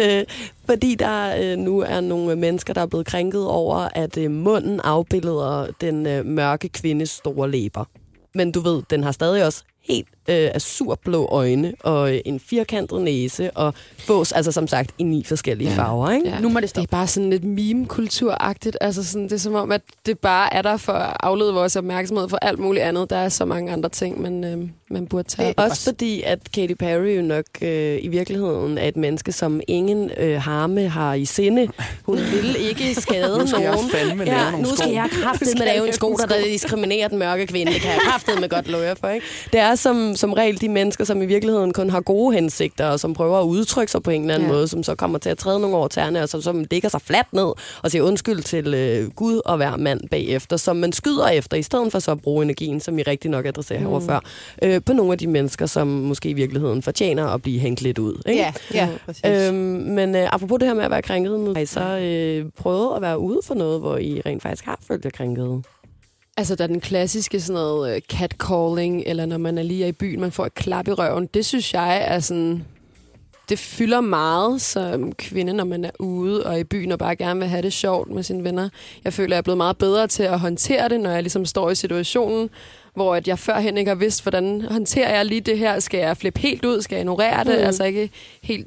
Speaker 3: der nu er nogle mennesker, der er blevet krænket over, at munden afbilleder den mørke kvindes store læber. Men du ved, den har stadig også helt azurblå øjne og en firkantet næse og fås, altså som sagt, i 9 forskellige farver. Ikke?
Speaker 9: Ja. Nu må det er bare sådan lidt meme-kulturagtigt. Altså sådan, det er som om, at det bare er der for at aflede vores opmærksomhed for alt muligt andet. Der er så mange andre ting, man burde tage.
Speaker 3: Også fordi, at Katy Perry jo nok i virkeligheden er et menneske, som ingen harme har i sinde. Hun vil ikke skade nogen. Nu skal jeg kraftedeme lave en sko, der diskriminerer den mørke kvinde. Det kan jeg kraftedeme godt love for, ikke? Det er som regel de mennesker, som i virkeligheden kun har gode hensigter, og som prøver at udtrykke sig på en eller anden måde, som så kommer til at træde nogle over tæerne, og som ligger sig fladt ned og siger undskyld til Gud og hver mand bagefter, som man skyder efter, i stedet for så at bruge energien, som I rigtig nok adresserer herovre før, på nogle af de mennesker, som måske i virkeligheden fortjener at blive hængt lidt ud. Ikke?
Speaker 8: Ja, præcis.
Speaker 3: Men apropos det her med at være krænket, nu har I så prøvet at være ude for noget, hvor I rent faktisk har følt jer krænket?
Speaker 9: Altså, der er den klassiske sådan noget catcalling, eller når man er lige i byen, man får et klap i røven. Det synes jeg er sådan... Det fylder meget som kvinde, når man er ude og i byen og bare gerne vil have det sjovt med sine venner. Jeg føler, jeg er blevet meget bedre til at håndtere det, når jeg ligesom står i situationen, hvor at jeg førhen ikke har vidst, hvordan håndterer jeg lige det her. Skal jeg flippe helt ud? Skal jeg ignorere det? Altså ikke helt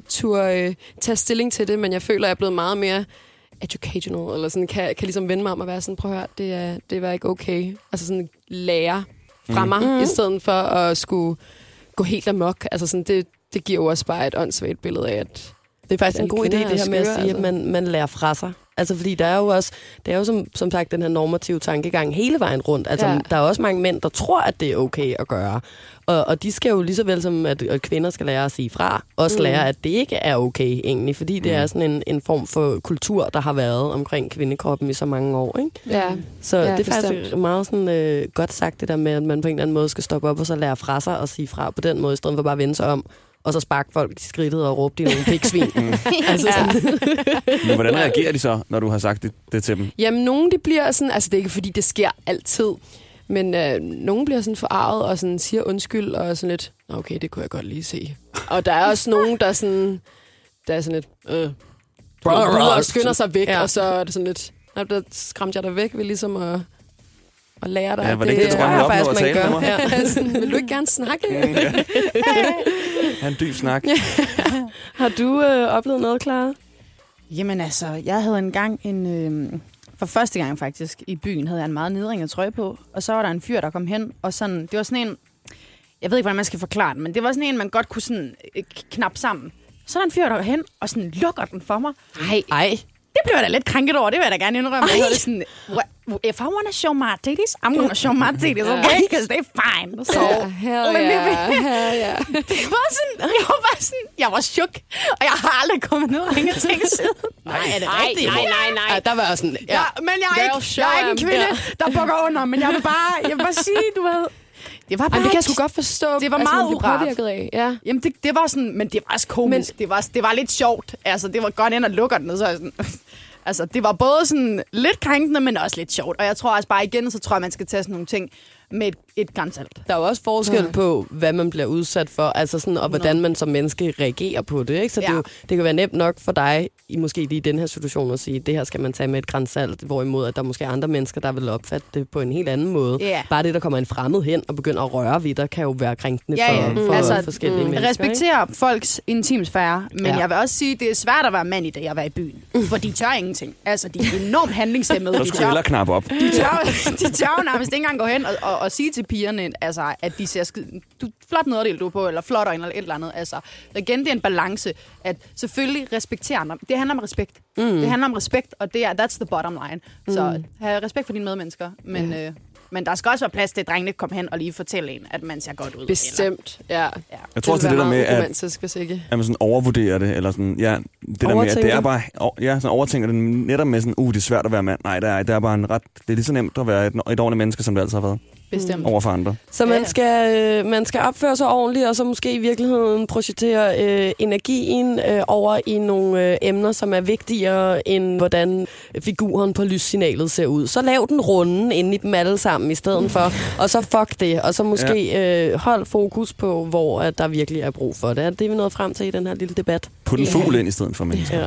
Speaker 9: tage stilling til det, men jeg føler, jeg er blevet meget mere... educational, eller sådan, kan ligesom vende mig om at være sådan, prøv at høre, det var ikke okay. Altså sådan lære fra mig, i stedet for at skulle gå helt amok. Altså sådan, det giver jo også bare et åndssvagt billede af, at
Speaker 3: det er faktisk en god idé, det her med at sige, at man lærer fra sig. Altså, fordi der er jo også, det er jo som sagt den her normative tankegang hele vejen rundt. Altså, der er også mange mænd, der tror, at det er okay at gøre. Og de skal jo lige så vel som, at kvinder skal lære at sige fra, også lære, at det ikke er okay egentlig. Fordi det er sådan en form for kultur, der har været omkring kvindekroppen i så mange år, ikke?
Speaker 9: Ja.
Speaker 3: Så det er faktisk meget sådan godt sagt, det der med, at man på en eller anden måde skal stoppe op og så lære fra sig og sige fra på den måde, i stedet for bare at vende sig om og så sparke folk i skridtet og råbe de nogle piksvin. Altså
Speaker 4: men hvordan reagerer de så, når du har sagt det til dem?
Speaker 9: Jamen, nogen de bliver sådan, altså det er ikke fordi, det sker altid, men nogen bliver sådan forarvet og sådan siger undskyld og sådan lidt, okay, det kunne jeg godt lige se. Og der er også nogen, der er sådan lidt, og skynder sig væk, og så er det sådan lidt, der skræmte jeg dig væk ved ligesom at lære dig.
Speaker 4: Ja, var det ikke det, du gerne ville opnå at tale med mig?
Speaker 9: Ja. Sådan, vil du ikke gerne snakke?
Speaker 4: Ha' en dyb snak.
Speaker 3: Har du oplevet noget, Clara?
Speaker 8: Jamen altså, jeg havde engang for første gang faktisk i byen, havde jeg en meget nedringet trøje på, og så var der en fyr, der kom hen, og sådan, det var sådan en, jeg ved ikke, hvordan man skal forklare den, men det var sådan en, man godt kunne sådan knappe sammen. Så er der en fyr, der går hen, og sådan lukker den for mig.
Speaker 3: Ej.
Speaker 8: Det blev jeg da lidt krænket over, det vil jeg da gerne indrømme. Jeg det sådan, if I want to show my titties, I'm going to show my titties, okay? Because they're fine. So, Det var sådan, jeg var chok, og jeg har aldrig kommet ned og ringet til siden.
Speaker 3: Nej, er det rigtigt? Nej. Der var sådan,
Speaker 8: ja, men jeg er ikke en kvinde, der bukker under, men jeg vil bare sige, du ved... Det var bare
Speaker 3: det kan jeg sgu godt forstå.
Speaker 8: Det var meget
Speaker 3: uret af. Ja.
Speaker 8: Jamen, det var sådan... Men det var også komisk. Det var lidt sjovt. Altså, det var godt ind og lukker den, og så sådan... Altså, det var både sådan lidt krænkende, men også lidt sjovt. Og jeg tror også bare igen, så tror jeg, man skal tage sådan nogle ting med et grænsalt.
Speaker 3: Der er jo også forskel på, hvad man bliver udsat for, altså sådan, og hvordan man som menneske reagerer på det. Ikke? Så det kan være nemt nok for dig, måske lige i den her situation, at sige, det her skal man tage med et grænsalt, hvorimod at der måske er andre mennesker, der vil opfatte det på en helt anden måde. Yeah. Bare det, der kommer en fremmed hen og begynder at røre ved dig, kan jo være krænkende for forskellige mennesker.
Speaker 8: Respektere folks intimsfære, men jeg vil også sige, det er svært at være mand i dag at være i byen, for de tør ingenting. Altså, de er enormt handlingshæmmede.
Speaker 4: Så skulle du hellere knappe op.
Speaker 8: De tør nærmest ikke engang gå hen og sige til pigerne, altså, at de ser flot nederdel du er på, eller flot øjne, eller et eller andet. Altså, igen, det er en balance, at selvfølgelig respektere andre. Det handler om respekt. Det handler om respekt, og det er, that's the bottom line. Så have respekt for dine medmennesker, men der skal også være plads til, at drengene ikke kommer hen og lige fortælle en, at man ser godt ud.
Speaker 3: Bestemt, ja.
Speaker 4: Jeg tror også, det der med, at man sådan overvurderer det, eller sådan, det der med, at det er bare, sådan overtænker det netop med sådan, det er svært at være mand. Nej, det er bare en ret, det er lige så nemt at være et ordentligt menneske, som det altid har været.
Speaker 8: Bestemt.
Speaker 4: Over for andre.
Speaker 3: Så man skal opføre sig ordentligt, og så måske i virkeligheden projektere energien over i nogle emner, som er vigtigere end hvordan figuren på lyssignalet ser ud. Så lav den runden inde i dem alle sammen i stedet for, og så fuck det, og så måske hold fokus på, hvor der virkelig er brug for det. Det er vi nået frem til i den her lille debat.
Speaker 4: Put en fugl ind i stedet for mennesker.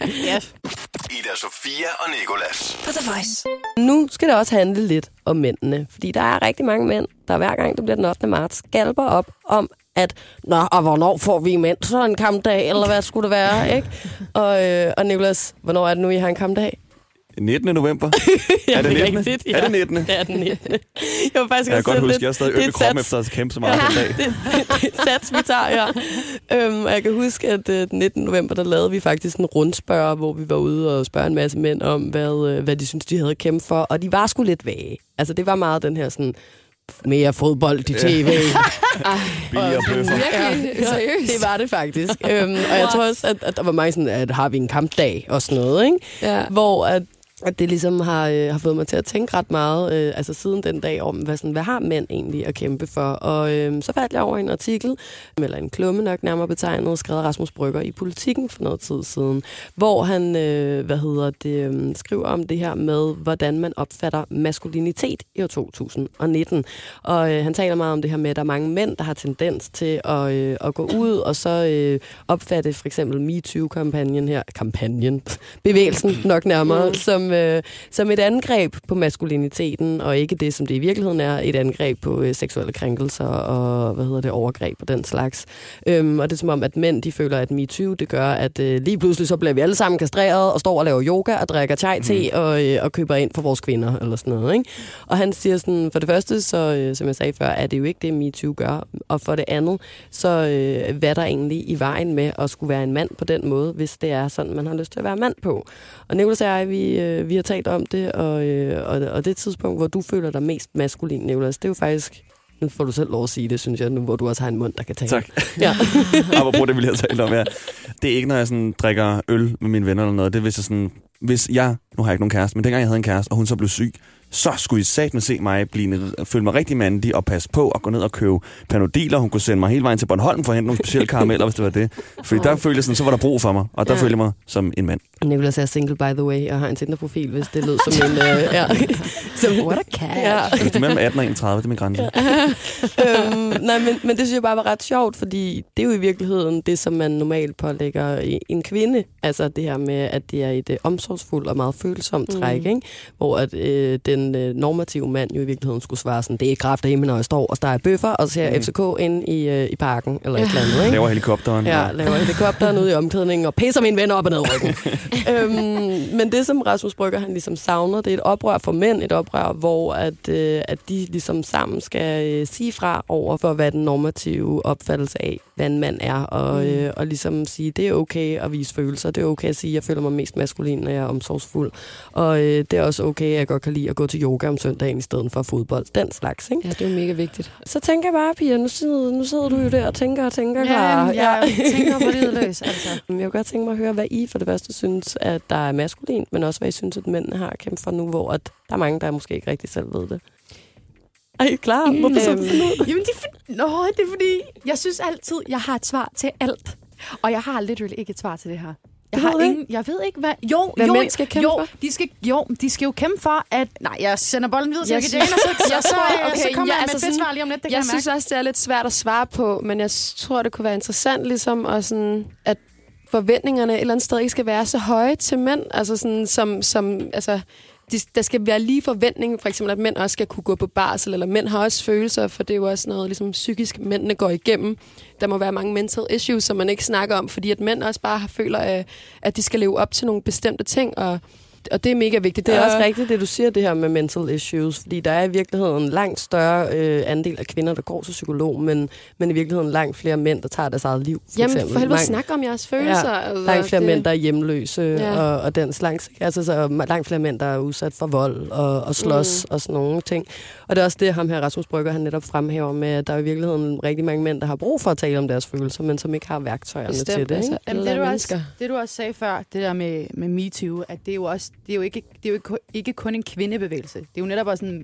Speaker 2: Ida Sofia og Nicolas.
Speaker 1: På The Voice.
Speaker 3: Nu skal det også handle lidt om mændene, fordi der er rigtig mange mænd, der hver gang det bliver den 8. marts, galper op om, at og hvornår får vi mænd så en kampdag, eller hvad skulle det være, ikke? Og Nicolas, hvornår er det nu, I har en kampdag?
Speaker 4: 19. november. Er det 19?
Speaker 3: Rigtigt, ja.
Speaker 4: Er det 19?
Speaker 3: Det er den 19. Jeg kan
Speaker 4: godt huske, at jeg er stadig øm i kroppen efter at kæmpe så meget den dag.
Speaker 3: Det er et sats, vi tager her. Jeg kan huske, at den 19. november, der lavede vi faktisk en rundspørg, hvor vi var ude og spørge en masse mænd om, hvad de synes, de havde kæmpet for. Og de var sgu lidt vage. Altså, det var meget den her sådan... mere fodbold i tv.
Speaker 4: Billigere bøffer.
Speaker 3: Seriøst? Det var det faktisk. Og jeg tror også, at der var mange sådan, at har vi en kampdag og sådan noget, ikke? Ja. Hvor at det ligesom har fået mig til at tænke ret meget, altså siden den dag om, hvad har mænd egentlig at kæmpe for? Og så faldt jeg over en artikel, eller en klumme nok nærmere betegnet, skrevet Rasmus Brygger i Politikken for noget tid siden, hvor han, skriver om det her med, hvordan man opfatter maskulinitet i år 2019. Og han taler meget om det her med, at der er mange mænd, der har tendens til at gå ud og så opfatte for eksempel MeToo-kampagnen her, bevægelsen nok nærmere, som et angreb på maskuliniteten, og ikke det, som det i virkeligheden er, et angreb på seksuelle krænkelser og, overgreb og den slags. Og det er som om, at mænd, de føler, at MeToo, det gør, at lige pludselig så bliver vi alle sammen kastreret og står og laver yoga og drikker chai-te og køber ind for vores kvinder, eller sådan noget, ikke? Og han siger sådan, for det første, så, som jeg sagde før, er det jo ikke det, MeToo gør, og for det andet, så hvad er der egentlig i vejen med at skulle være en mand på den måde, hvis det er sådan, man har lyst til at være mand på. Og Nicolas og jeg, vi har talt om det, og det tidspunkt, hvor du føler dig mest maskulin, Nicolas, det er jo faktisk... Nu får du selv lov at sige det, synes jeg, nu hvor du også har en mund, der kan tale.
Speaker 4: Tak. Ja. Apropos det, vi lige har talt om, det er ikke, når jeg sådan drikker øl med mine venner eller noget. Det er, hvis jeg... Nu har jeg ikke nogen kæreste, men dengang jeg havde en kæreste, og hun så blev syg, så skulle I satme se mig føle mig rigtig mandig og passe på og gå ned og købe Panodiler. Hun kunne sende mig hele vejen til Bornholm for at hente nogle specielle karameller, hvis det var det. Fordi der følte jeg sådan, så var der brug for mig, og der følte jeg mig som en mand.
Speaker 3: Nicolas er single, by the way, og har en Tinder-profil, hvis det lød som en... Så what a cat. Ja.
Speaker 4: Det er mellem 18 og 31, det er min grænse.
Speaker 3: Men det synes jeg bare var ret sjovt, fordi det er jo i virkeligheden det, som man normalt pålægger en kvinde. Altså det her med, at det er et omsorgsfuldt og meget følsomt træk, ikke? Hvor at den normative mand jo i virkeligheden skulle svare sådan, det er kraftedeme, når jeg står og steger bøffer, og ser FCK ind i parken, eller et eller andet, ikke?
Speaker 4: Laver helikopteren.
Speaker 3: Ja, laver helikopteren ude i omklædningen, og pisser mine venner op og ned ryggen. Men det, som Rasmus Brygger, han ligesom savner, det er et oprør for mænd, et oprør, hvor at de ligesom sammen skal sige fra over for, hvad den normative opfattelse af, hvad en mand er, og ligesom sige, det er okay at vise følelser, det er okay at sige, at jeg føler mig mest maskulin, når jeg er omsorgsfuld, og det er også okay, at jeg godt kan lide at gå til yoga om søndagen i stedet for fodbold, den slags, ikke?
Speaker 9: Ja, det er jo mega vigtigt.
Speaker 3: Så tænker jeg bare, Pia, nu sidder du jo der og tænker, Clara.
Speaker 8: Jeg tænker på livet løs, altså.
Speaker 3: Jeg vil godt tænke mig at høre, hvad I for det første synes, at der er maskulin, men også hvad I synes, at mændene har kæmpet for nu, hvor at der er mange, der måske ikke rigtig selv ved det. Er I klar?
Speaker 8: Jamen, det er fordi, jeg synes altid, jeg har et svar til alt. Og jeg har literally ikke et svar til det her. Jeg ved ikke, hvad...
Speaker 9: Hvad mænd skal kæmpe for?
Speaker 8: De skal jo kæmpe for, at... Nej, jeg sender bolden videre til Jane, så kommer jeg med et fedt svar lige om lidt. Det
Speaker 9: jeg synes også, det er lidt svært at svare på, men jeg tror, det kunne være interessant, ligesom, og sådan, at forventningerne et eller andet sted ikke skal være så høje til mænd. Altså sådan, altså... Der skal være lige forventning, for eksempel, at mænd også skal kunne gå på barsel, eller mænd har også følelser, for det er jo også noget ligesom, psykisk, mændene går igennem. Der må være mange mental issues, som man ikke snakker om, fordi at mænd også bare føler, at de skal leve op til nogle bestemte ting, og det er mega vigtigt.
Speaker 3: Det er også rigtigt, det du siger, det her med mental issues, fordi der er i virkeligheden en langt større andel af kvinder, der går til psykolog, men i virkeligheden langt flere mænd, der tager deres eget liv.
Speaker 9: Jamen, for helvede, snak om jeres følelser. Ja,
Speaker 3: altså, langt flere mænd, der er hjemløse og den slags. Altså, så langt flere mænd, der er udsat for vold og slås og sådan nogle ting. Og det er også det, ham her Rasmus Brygger, han netop fremhæver med, at der er i virkeligheden rigtig mange mænd, der har brug for at tale om deres følelser, men som ikke har værktøjerne til det. Ikke?
Speaker 8: Altså, det du også sagde før, det der med MeToo, at det er jo også det er jo ikke kun en kvindebevægelse. Det er jo netop også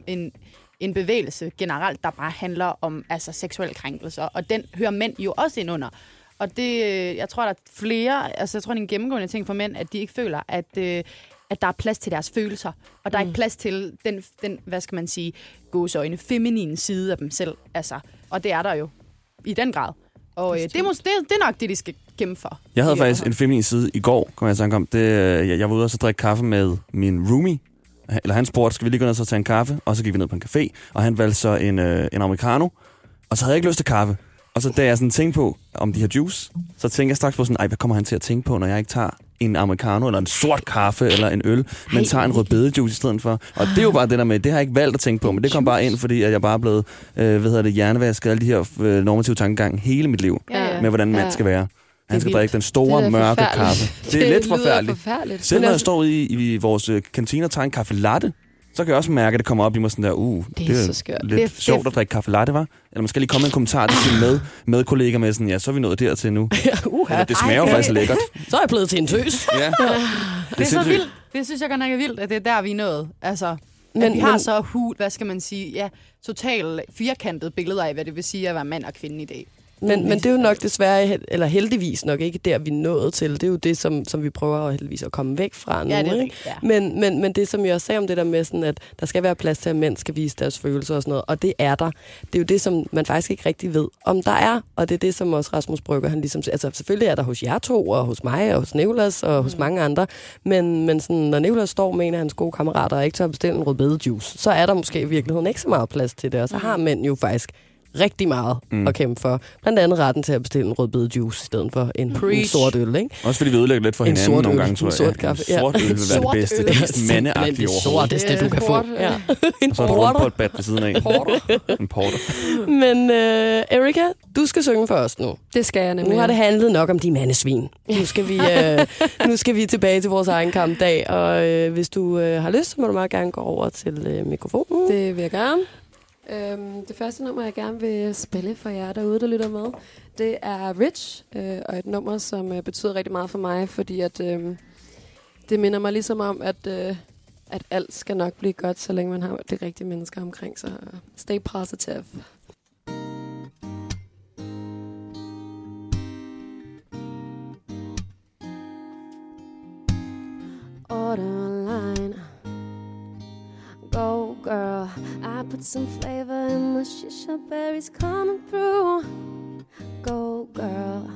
Speaker 8: en bevægelse generelt, der bare handler om altså seksuelle krænkelser, og den hører mænd jo også ind under. Og det, jeg tror, der er flere, altså jeg tror, det er en gennemgående ting for mænd, at de ikke føler, at der er plads til deres følelser, og der er ikke plads til den hvad skal man sige, gåseøjne, feminine side af dem selv. Altså, og det er der jo i den grad. Og det er nok det, de skal kæmpe for.
Speaker 4: Jeg havde faktisk en feminin side i går, kom jeg til at komme. Jeg var ude og så drikke kaffe med min roomie. Eller han spurgte, skal vi lige gå ned og tage en kaffe? Og så gik vi ned på en café, og han valgte så en americano. Og så havde jeg ikke lyst til kaffe. Og så da jeg sådan tænkte på, om de her juice, så tænkte jeg straks på sådan, hvad kommer han til at tænke på, når jeg ikke tager en americano, eller en sort kaffe, eller en øl, men tager en rødbedejuice i stedet for. Og det er jo bare det der med, det har jeg ikke valgt at tænke på, men det kom bare ind, fordi at jeg bare er blevet, hjernevasket alle de her normative tankegang hele mit liv, med hvordan en mand skal være. Han skal drikke den store, mørke kaffe. Det er lidt forfærdeligt. Selv når jeg står ude i vores kantine og tager en kaffe latte, så kan jeg også mærke, at det kommer op i mig sådan der, det er så skørt. Lidt sjovt at drikke kaffe latte, var? Eller man skal lige komme med en kommentar til sin medkollega med sådan, ja, så er vi nået dertil nu. Eller, det smager jo faktisk lækkert.
Speaker 3: Så er jeg blevet til en tøs.
Speaker 8: Ja. Det er så vildt. Det synes jeg godt nok er vildt, at det er der, vi er nået. Altså, vi har så hvad skal man sige, totalt firkantet billeder af, hvad det vil sige at være mand og kvinde i dag.
Speaker 3: Men det er jo nok desværre, eller heldigvis nok ikke der, vi er nået til. Det er jo det, som vi prøver heldigvis at komme væk fra nu.
Speaker 8: Ja, det er rigtigt,
Speaker 3: ja. Men det, som jeg også sagde om det der med, sådan, at der skal være plads til, at mænd skal vise deres følelser og sådan noget, og det er der. Det er jo det, som man faktisk ikke rigtig ved, om der er, og det er det, som også Rasmus Brygger, han ligesom siger. Altså selvfølgelig er der hos jer to, og hos mig, og hos Nicolas, og hos mange andre, men sådan, når Nicolas står med en af hans gode kammerater, og ikke tør bestille en rødbedejuice, så er der måske i virkeligheden ikke så meget plads til det, og så har mænd jo faktisk rigtig meget at kæmpe for. Blandt andet retten til at bestille en rødbedejuice i stedet for en sort øl, ikke?
Speaker 4: Også fordi vi ødelægger lidt for hinanden nogle gange, tror jeg.
Speaker 3: En sort kaffe.
Speaker 4: En sort øl vil være det bedste. Det mest mandeagtige overhovedet.
Speaker 3: Det sorteste, du kan få.
Speaker 4: Ja. Og så et rundboldbat ved siden af. En porter.
Speaker 3: Men Erika, du skal synge for os nu.
Speaker 9: Det skal jeg nemlig.
Speaker 3: Nu har det handlet nok om de mandesvin. Nu skal vi tilbage til vores egen kampdag, og hvis du har lyst, så må du meget gerne gå over til mikrofonen.
Speaker 9: Det vil jeg gerne. Det første nummer, jeg gerne vil spille for jer derude, der lytter med, det er Rich, og et nummer, som betyder rigtig meget for mig, fordi at det minder mig ligesom om, at alt skal nok blive godt, så længe man har de rigtige mennesker omkring sig. Stay positive.
Speaker 7: Borderline. Go girl, I put some flavor in my shisha berries coming through. Go girl,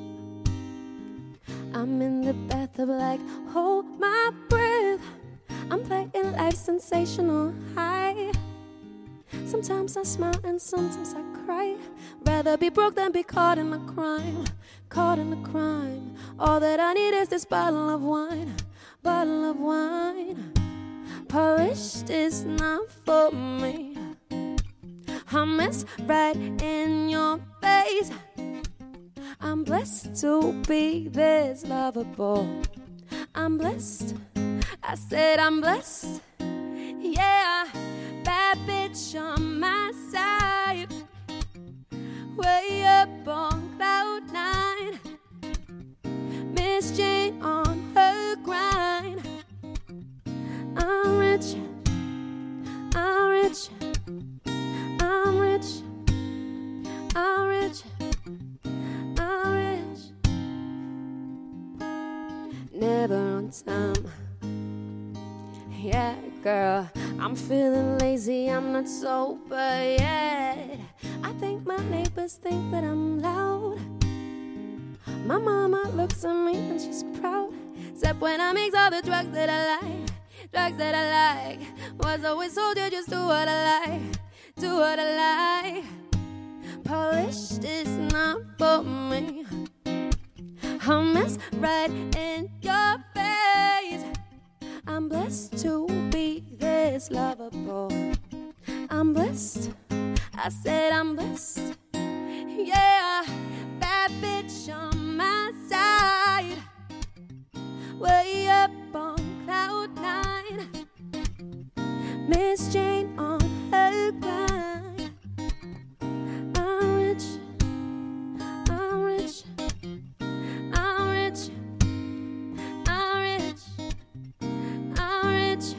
Speaker 7: I'm in the bathtub like hold my breath. I'm playing life sensational high. Sometimes I smile and sometimes I cry. Rather be broke than be caught in a crime. Caught in a crime. All that I need is this bottle of wine. Bottle of wine. Polished is not for me. I miss right in your face. I'm blessed to be this lovable. I'm blessed. I said I'm blessed. Yeah, bad bitch on my side. Way up on cloud 9. Miss Jane on her grind. I'm rich. I'm rich. I'm rich. I'm rich. I'm rich. Never on time. Yeah, girl, I'm feeling lazy, I'm not sober yet. I think my neighbors think that I'm loud. My mama looks at me and she's proud. Except when I mix all the drugs that I like. Drugs that I like. Was always told you just do what I like. Do what I like. Polished is not for me. A mess right in your face. I'm blessed to be this lovable. I'm blessed. I said I'm blessed. Yeah, bad bitch on my side. Way up on cloud 9. Miss Jane on her grind. I'm rich. I'm rich. I'm rich. I'm rich. I'm rich.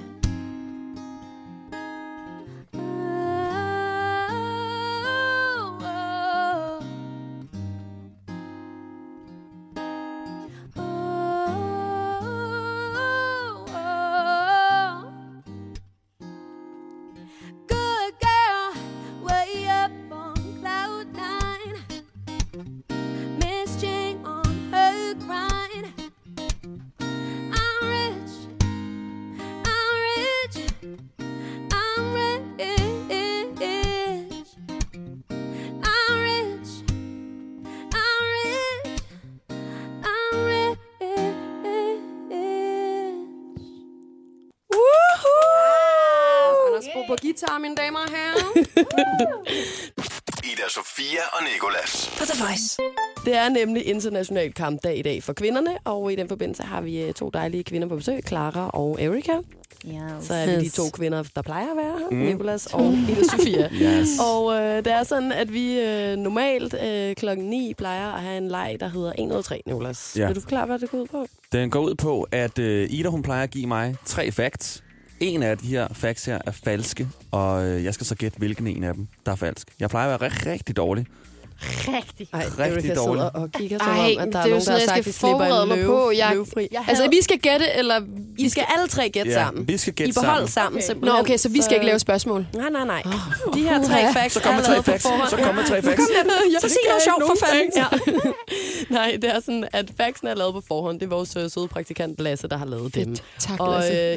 Speaker 7: Good girl, way up on cloud 9. Miss Jane on her grind. I'm rich. I'm rich. I'm rich. I'm rich. I'm rich. I'm rich.
Speaker 9: Anders Bo på guitar, mine damer og herrer.
Speaker 2: Ida Sofia og Nicolas.
Speaker 1: På The Voice.
Speaker 3: Det er nemlig international kampdag i dag for kvinderne, og i den forbindelse har vi to dejlige kvinder på besøg, Clara og Erika.
Speaker 8: Yes.
Speaker 3: Så er vi de to kvinder, der plejer at være her, Nicolas og Ida Sofia.
Speaker 4: Yes.
Speaker 3: Og det er sådan, at vi normalt klokken 9 plejer at have en leg, der hedder 1 ud af 3, Nicolas.
Speaker 4: Ja.
Speaker 3: Vil du forklare, hvad det går ud på?
Speaker 4: Den går ud på, at Ida, hun plejer at give mig 3 facts. En af de her facts her er falske, og jeg skal så gætte, hvilken en af dem, der er falsk. Jeg plejer at være rigtig dårlig.
Speaker 8: Rigtig.
Speaker 3: Ej,
Speaker 4: Rigtig
Speaker 3: Erika
Speaker 4: dårlig.
Speaker 3: sidder og kigger som
Speaker 9: Ej,
Speaker 3: om, at der er
Speaker 9: det er jo
Speaker 3: nogen, der
Speaker 9: sådan,
Speaker 3: har
Speaker 9: jeg
Speaker 3: sagt,
Speaker 9: skal
Speaker 3: at de slipper
Speaker 9: forberede
Speaker 3: en
Speaker 9: mig på.
Speaker 3: løvefri.
Speaker 9: Altså, vi skal gætte, eller...
Speaker 3: I skal alle tre gætte sammen.
Speaker 4: Vi skal gætte
Speaker 3: I beholder
Speaker 4: sammen.
Speaker 3: sammen
Speaker 8: Okay.
Speaker 3: simpelthen.
Speaker 9: Nå, okay, så vi skal ikke lave spørgsmål.
Speaker 3: Nej. De her 3 facts
Speaker 4: Så kommer
Speaker 3: er
Speaker 4: 3
Speaker 3: lavet på
Speaker 4: facts.
Speaker 3: forhånd.
Speaker 4: Så kommer 3 facts.
Speaker 3: Så sig noget sjovt for fanden. Ja. Nej, det er sådan, at factsene er lavet på forhånd. Det er vores søde praktikant Lasse, der har lavet dem.
Speaker 9: Tak,
Speaker 3: Og
Speaker 9: Lasse.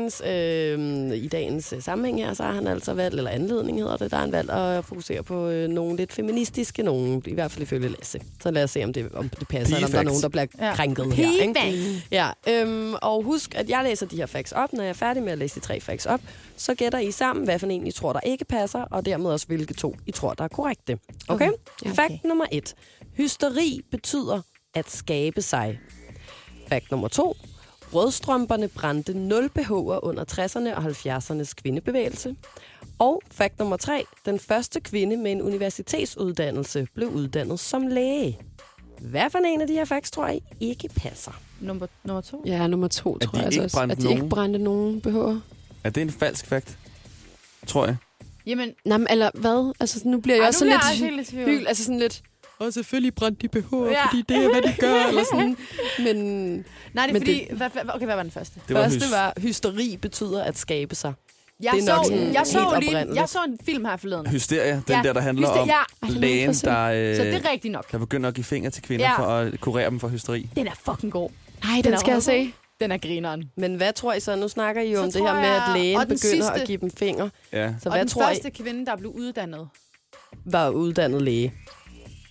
Speaker 3: i dagens sammenhæng her, så har han altså valgt, eller anledning hedder det, der har han valgt at fokusere på nogle lidt feministiske, nogle, i hvert fald ifølge Lasse. Så lad os se, om det passer, eller om der er nogen, der bliver krænket her. Ikke? Ja, og husk, at jeg læser de her facts op. Når jeg er færdig med at læse de 3 facts op, så gætter I sammen, hvad for en I tror, der ikke passer, og dermed også, hvilke 2 I tror, der er korrekte. Okay? Fact nummer 1. Hysteri betyder at skabe sig. Fact nummer 2. Rødstrømperne brændte 0 BH'er under 60'erne og 70'ernes kvindebevægelse. Og fact nummer 3. Den første kvinde med en universitetsuddannelse blev uddannet som læge. Hvad for en af de her facts tror I ikke passer?
Speaker 8: Nummer 2?
Speaker 9: Ja, nummer 2, tror jeg
Speaker 4: ikke
Speaker 9: også.
Speaker 4: brændte
Speaker 9: At de ikke brændte nogen behøver.
Speaker 4: Er det en falsk fact? Tror jeg.
Speaker 8: Jamen,
Speaker 9: Nej, men eller hvad? Altså, nu bliver jeg
Speaker 8: ej,
Speaker 9: også
Speaker 8: nu
Speaker 9: sådan
Speaker 8: bliver jeg
Speaker 9: lidt
Speaker 8: også helt i tvivl.
Speaker 9: hyggelig. Altså sådan lidt... Og selvfølgelig brændte de behøver,
Speaker 8: Ja.
Speaker 9: fordi det er, hvad de gør. Eller sådan. Men
Speaker 8: nej, det er
Speaker 9: men
Speaker 8: fordi... Okay, hvad var den første?
Speaker 4: Det var
Speaker 3: Første var, hysteri betyder at skabe sig.
Speaker 8: Jeg
Speaker 3: Det er nok sådan
Speaker 8: jeg så
Speaker 3: helt
Speaker 8: lige,
Speaker 3: oprindeligt.
Speaker 8: jeg så en film her forleden.
Speaker 4: Hysteria, den
Speaker 8: Ja,
Speaker 4: der handler om lægen, der,
Speaker 8: Så det er rigtigt nok.
Speaker 4: der begynder at give fingre til kvinder
Speaker 8: Ja.
Speaker 4: for at kurere dem for hysteri.
Speaker 8: Den er fucking god.
Speaker 9: nej, den skal jeg se.
Speaker 8: Den er grineren.
Speaker 3: Men hvad tror I så? Nu snakker I jo
Speaker 8: Så
Speaker 3: om det
Speaker 8: tror
Speaker 3: her med, at
Speaker 8: jeg-
Speaker 3: lægen
Speaker 8: og den
Speaker 3: begynder
Speaker 8: sidste-
Speaker 3: at give dem fingre.
Speaker 4: Ja.
Speaker 3: Så
Speaker 8: Og
Speaker 3: hvad
Speaker 8: den
Speaker 3: tror
Speaker 8: første
Speaker 3: I
Speaker 8: kvinde, der blev uddannet.
Speaker 3: var uddannet læge?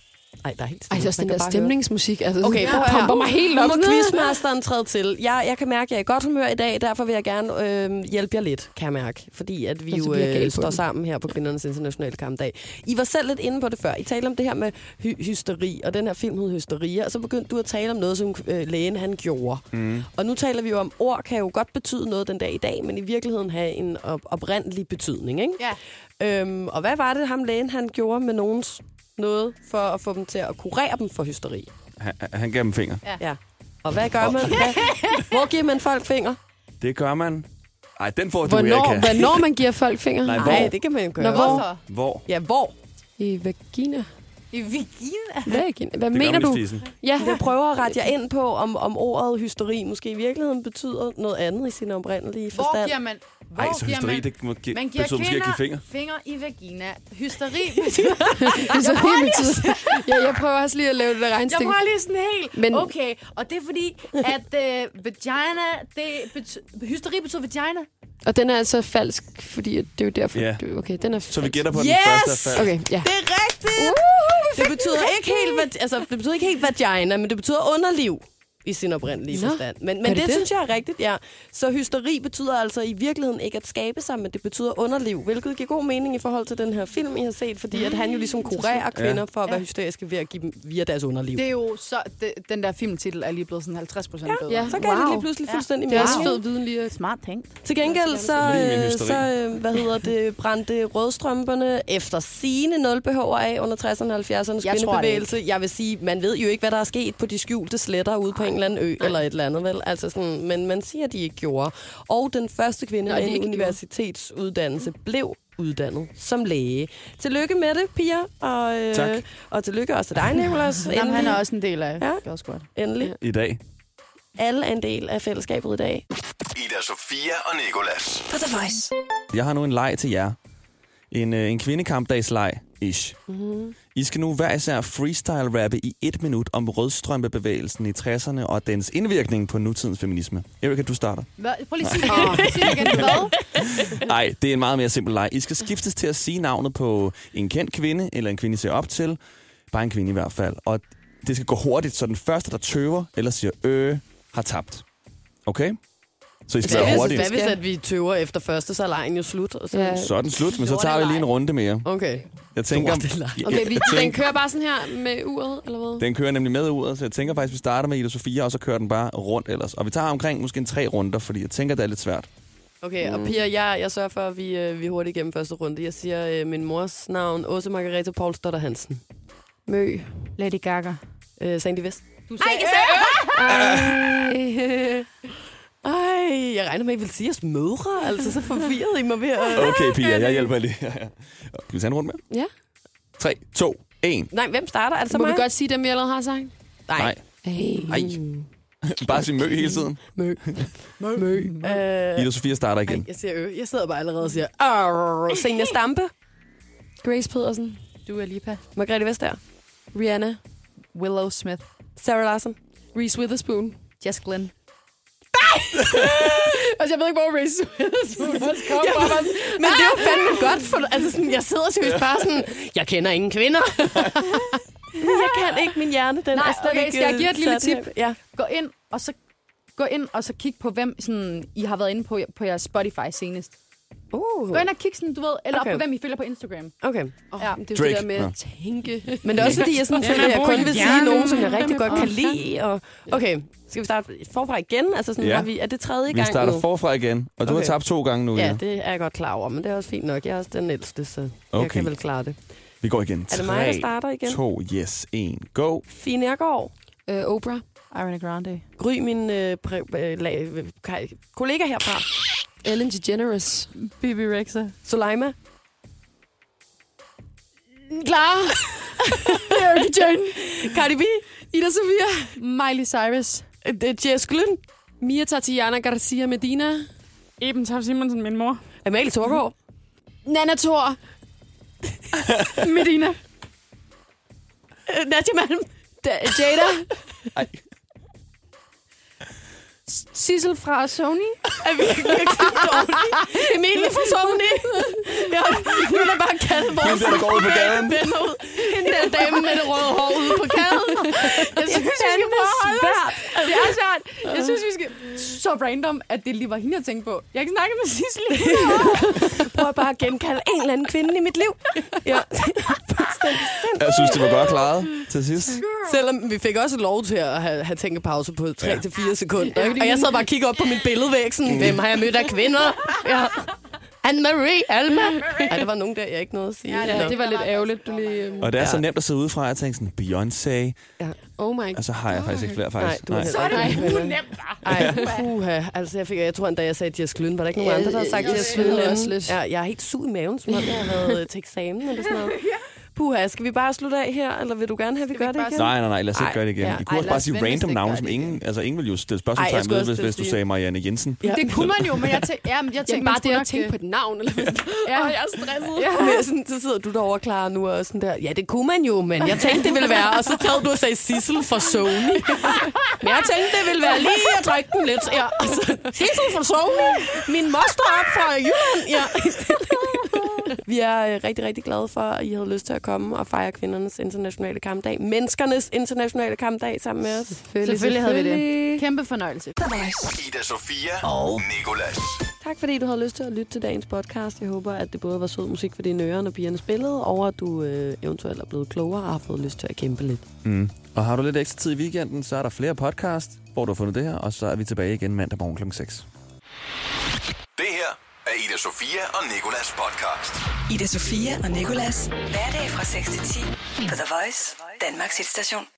Speaker 3: Ej, der er helt
Speaker 9: Ej, det er også den der stemningsmusik. Altså,
Speaker 3: Okay, prøv at høre.
Speaker 9: pumper mig helt op.
Speaker 3: Nu må quizmasteren træde til. Jeg kan mærke, at jeg er i godt humør i dag, derfor vil jeg gerne hjælpe jer lidt, kan jeg mærke. Fordi at vi
Speaker 9: Så
Speaker 3: jo
Speaker 9: bliver jeg gal på
Speaker 3: står
Speaker 9: den.
Speaker 3: sammen her på Kvindernes Internationale Kampdag. I var selv lidt inde på det før. I talte om det her med hysteri, og den her film hed Hysteria, og så begyndte du at tale om noget, som lægen han gjorde. Og nu taler vi jo om, ord kan jo godt betyde noget den dag i dag, men i virkeligheden have en oprindelig betydning, ikke?
Speaker 8: Ja.
Speaker 3: Og hvad var det, ham lægen han gjorde med nogens noget for at få dem til at kurere dem for hysteri?
Speaker 4: Han gav dem fingre.
Speaker 3: Ja. Og hvad gør man? Hvor giver man folk fingre?
Speaker 4: Det gør man. Ej, den får du, Erika.
Speaker 9: Hvornår man giver folk fingre?
Speaker 3: Nej, det kan man jo gøre.
Speaker 8: Hvorfor?
Speaker 4: Hvor?
Speaker 3: Ja, hvor?
Speaker 9: I vagina.
Speaker 8: I vagina?
Speaker 9: Hvad
Speaker 4: Det
Speaker 9: mener
Speaker 4: gør
Speaker 9: du?
Speaker 4: Fisen.
Speaker 9: Ja.
Speaker 3: Jeg prøver at rette jer ind på, om ordet hysteri måske i virkeligheden betyder noget andet i sin oprindelige
Speaker 8: Hvor
Speaker 3: forstand.
Speaker 8: giver man...
Speaker 4: Ej, så hysteri, det
Speaker 8: man giver
Speaker 4: betyder måske at give fingre.
Speaker 8: fingre i vagina. Hysteri
Speaker 9: Hysteri betyder... Ja, jeg prøver også lige at lave det der
Speaker 8: Jeg
Speaker 9: regnstik.
Speaker 8: prøver lige sådan helt.
Speaker 9: Men-
Speaker 8: Okay, og det er fordi, at vagina... Hysteri betyder vagina.
Speaker 9: Og den er altså falsk, fordi det er jo derfor...
Speaker 4: Ja.
Speaker 9: Okay, den er
Speaker 4: Så vi
Speaker 9: falsk.
Speaker 4: gætter på den
Speaker 3: Yes!
Speaker 4: første af fald.
Speaker 9: Okay, ja.
Speaker 3: Det er rigtigt! Det betyder det betyder ikke helt vagina, men det betyder underliv i sin oprindelige forstand. Men
Speaker 9: det
Speaker 3: det
Speaker 9: det?
Speaker 3: synes jeg er rigtigt, ja. Så hysteri betyder altså i virkeligheden ikke at skabe sig, men det betyder underliv, hvilket giver god mening i forhold til den her film, I har set, fordi at han jo ligesom kurerer kvinder for at være hysteriske ved at give dem via deres underliv.
Speaker 8: Det er jo så... Den der filmtitel er lige blevet sådan 50% bedre.
Speaker 9: Ja.
Speaker 3: Så kan det lige pludselig fuldstændig
Speaker 9: Det er også
Speaker 3: mening.
Speaker 9: fed viden lige at...
Speaker 8: Smart tænkt.
Speaker 3: Til gengæld
Speaker 4: Lige min hysteri.
Speaker 3: brændte rødstrømperne efter sigende 0 BH'er af under 60'erne og 70'ernes kvindebevægelse. Jeg vil sige, man ved jo ikke, hvad der er sket på de skjulte sletter ude på en eller anden ø eller et eller andet, vel? Altså sådan, men man siger, at de ikke gjorde. Og den første kvinde med en universitetsuddannelse blev uddannet som læge. Tillykke med det, piger.
Speaker 4: Tak.
Speaker 3: Og tillykke også til dig, Nicolas.
Speaker 8: Jamen, han er også en del af...
Speaker 3: Ja.
Speaker 8: Det er også godt.
Speaker 3: Endelig.
Speaker 4: I dag.
Speaker 3: Alle er en del af fællesskabet i dag.
Speaker 2: Ida Sofia og Nicolas.
Speaker 1: På The Voice.
Speaker 4: Jeg har nu en leg til jer. En kvindekampdagsleg, ish.
Speaker 3: Mm-hmm.
Speaker 4: I skal nu hver især freestyle-rappe i 1 minut om rødstrømpebevægelsen i 60'erne og dens indvirkning på nutidens feminisme. Erika, du starter.
Speaker 8: Prøv lige at sige det. Sig det igen. Hvad?
Speaker 4: Nej, det er en meget mere simpel leg. I skal skiftes til at sige navnet på en kendt kvinde, eller en kvinde, I ser op til. Bare en kvinde i hvert fald. Og det skal gå hurtigt, så den første, der tøver eller siger har tabt. Okay? Så I skal være hurtige.
Speaker 3: Hvad hvis at vi tøver efter første, så er lejen jo slut? Og så...
Speaker 9: Ja.
Speaker 4: Så er den slut, men så tager vi lige en runde mere.
Speaker 3: Okay.
Speaker 4: Jeg tænker,
Speaker 9: Okay, den kører bare sådan her med uret, eller hvad?
Speaker 4: Den kører nemlig med uret, så jeg tænker faktisk, vi starter med Ida Sofia, og så kører den bare rundt ellers. Og vi tager omkring måske 3 runder, fordi jeg tænker, det er lidt svært.
Speaker 3: Okay, og Pia, jeg sørger for, at vi er hurtigt igennem første runde. Jeg siger min mors navn, Åse Margrethe Poulsdotter Hansen.
Speaker 9: Mø.
Speaker 8: Lady Gaga.
Speaker 3: Sandy West.
Speaker 8: Du sagde...
Speaker 3: Ej, jeg regner med, at I vil sige jeres mødre. Altså, så forvirrede I mig ved at...
Speaker 4: Okay, Pia, jeg hjælper lige. Kan vi tage en runde med?
Speaker 9: Ja.
Speaker 4: 3, 2, 1.
Speaker 3: Nej, hvem starter? Er det så
Speaker 9: Må
Speaker 3: mig?
Speaker 9: vi godt sige dem, vi allerede har sagt?
Speaker 4: Nej. Ej. Bare sige mø hele tiden.
Speaker 3: Mø.
Speaker 4: Ida Sofia starter igen.
Speaker 3: Jeg siger Jeg sidder bare allerede og siger... Senior Stampe.
Speaker 9: Grace Pedersen.
Speaker 8: Dua Lipa.
Speaker 3: Margrethe Vestager.
Speaker 9: Rihanna.
Speaker 8: Willow Smith.
Speaker 3: Sarah Larsen.
Speaker 9: Reese Witherspoon.
Speaker 8: Jess Glynn.
Speaker 9: Altså, jeg ved ikke, hvor Reese Witherspoon også kom fra.
Speaker 3: Men det er jo fandme godt, for altså sådan, jeg sidder seriøst bare sådan, jeg kender ingen kvinder. Jeg kan ikke, min hjerne, den
Speaker 8: Nej,
Speaker 3: er slet
Speaker 8: okay,
Speaker 3: ikke
Speaker 8: skal jeg give et lille
Speaker 3: sat
Speaker 8: tip?
Speaker 3: her. Ja.
Speaker 8: Gå ind og så kig på, hvem sådan, I har været inde på jeres Spotify senest. Gå ind og kig sådan, du ved, eller
Speaker 3: Okay.
Speaker 8: på, hvem I følger på Instagram.
Speaker 3: Okay.
Speaker 8: Ja.
Speaker 9: Det er jo
Speaker 4: Drake.
Speaker 9: det der med
Speaker 4: Nå.
Speaker 9: at tænke.
Speaker 3: Men det er også fordi, jeg sådan føler, at jeg kun vil sige nogen, som jeg rigtig godt kan lide. Og... Okay, skal vi starte forfra igen? Altså sådan,
Speaker 4: Ja.
Speaker 3: er det tredje
Speaker 4: Vi
Speaker 3: gang
Speaker 4: starter
Speaker 3: nu?
Speaker 4: forfra igen, og du har
Speaker 3: Okay.
Speaker 4: tabt 2 gange nu.
Speaker 3: Ja, det er jeg godt klar over, men det er også fint nok. Jeg er også den ældste, så jeg
Speaker 4: Okay.
Speaker 3: kan vel klare det.
Speaker 4: Vi går igen.
Speaker 3: Er det mig, der starter igen?
Speaker 4: 2, yes, 1, go.
Speaker 3: Fine Ergaard.
Speaker 9: Oprah.
Speaker 8: Ariana Grande.
Speaker 3: Gry, min kollega herfra.
Speaker 9: Ellen DeGeneres.
Speaker 8: Bibi Rexha.
Speaker 3: Soleima.
Speaker 9: Klar. Erika Jane.
Speaker 3: Cardi B.
Speaker 9: Ida Sofia.
Speaker 8: Miley Cyrus.
Speaker 3: Jess Glynn.
Speaker 9: Mia Tatiana Garcia Medina.
Speaker 8: Eben Tav Simonsen, min mor.
Speaker 3: Amalie Thorgaard.
Speaker 9: Nana Thor.
Speaker 8: Medina.
Speaker 3: Nadia Malm.
Speaker 9: Jada.
Speaker 4: Ej.
Speaker 8: Sissel fra Sony.
Speaker 3: Er virkelig dårlig. Emilie fra Sony. Ja, nu vil jeg bare kalde vores
Speaker 4: der går ud på gaden.
Speaker 3: venner ud. Hende der dame med det røde hår ude på gaden.
Speaker 8: Jeg synes, vi skal prøve at holde os. Det er svært. Jeg synes, vi skal... Så random, at det lige var hende, jeg tænkte på. Jeg kan snakke med Sissel.
Speaker 3: Prøv bare at genkalde en eller anden kvinde i mit liv. Ja.
Speaker 4: Jeg synes, det var godt klaret til sidst.
Speaker 3: Selvom vi fik også lov til at have tænkepause på 3-4 sekunder. Ikke? Og jeg sad bare og kiggede op på min billedvæg, sådan, hvem har jeg mødt af kvinder? Ja. Anne-Marie, Alma. Ej, der var nogen der, jeg ikke nåede at sige.
Speaker 9: Ja, det var lidt ærgerligt. Du lige,
Speaker 4: Og det er så nemt at sidde udefra, og tænke sådan, Beyoncé.
Speaker 9: Ja. Oh my god.
Speaker 4: Og så har jeg faktisk ikke flere, faktisk.
Speaker 3: Nej,
Speaker 8: Så er det nemt,
Speaker 3: Ej, puha. Altså, jeg tror endda, jeg sagde Jes Glynn. Var der ikke nogen andre, der har sagt Jes Glynn?
Speaker 9: Også lidt.
Speaker 3: Ja, jeg er helt sug i maven, som om jeg har været til eksamen eller sådan noget. Puha, skal vi bare slutte af her, eller vil du gerne have, at vi gør det igen?
Speaker 4: Nej, lad os ikke gøre det igen. I kunne også bare sige random navne, som ingen... Altså, ingen vil jo stille spørgsmålstegn ved, hvis du sagde Marianne Jensen.
Speaker 8: Ja. Det kunne man jo, men jeg tænkte
Speaker 9: bare det at tænke på et navn. Eller
Speaker 8: ja.
Speaker 9: Jeg er stresset.
Speaker 3: Ja. Sådan, så sidder du derovre klar nu og sådan der. Ja, det kunne man jo, men jeg tænkte, det ville være... Og så tager du og sagde Sissel fra Sony. Men jeg tænkte, det ville være lige at trykke den lidt. Ja, altså, Sissel fra Sony. Min moster op fra Jylland. Ja. Vi er rigtig, rigtig glade for, at I havde lyst til at komme og fejre kvindernes internationale kampdag. Menneskernes internationale kampdag sammen med os.
Speaker 8: Selvfølgelig havde vi det. Kæmpe fornøjelse.
Speaker 2: Ida Sofia og Nicolas.
Speaker 3: Tak fordi du havde lyst til at lytte til dagens podcast. Jeg håber, at det både var sød musik for dine ører, når pigerne spillede, og at du eventuelt er blevet klogere og har fået lyst til at kæmpe lidt.
Speaker 4: Og har du lidt ekstra tid i weekenden, så er der flere podcast, hvor du har fundet det her, og så er vi tilbage igen mandag morgen kl. 6.
Speaker 2: Det her er Ida Sofia og Nicolas podcast.
Speaker 1: Ida Sofia og Nicolas. Hverdag fra 6 til 10 på The Voice, Danmarks hitstation.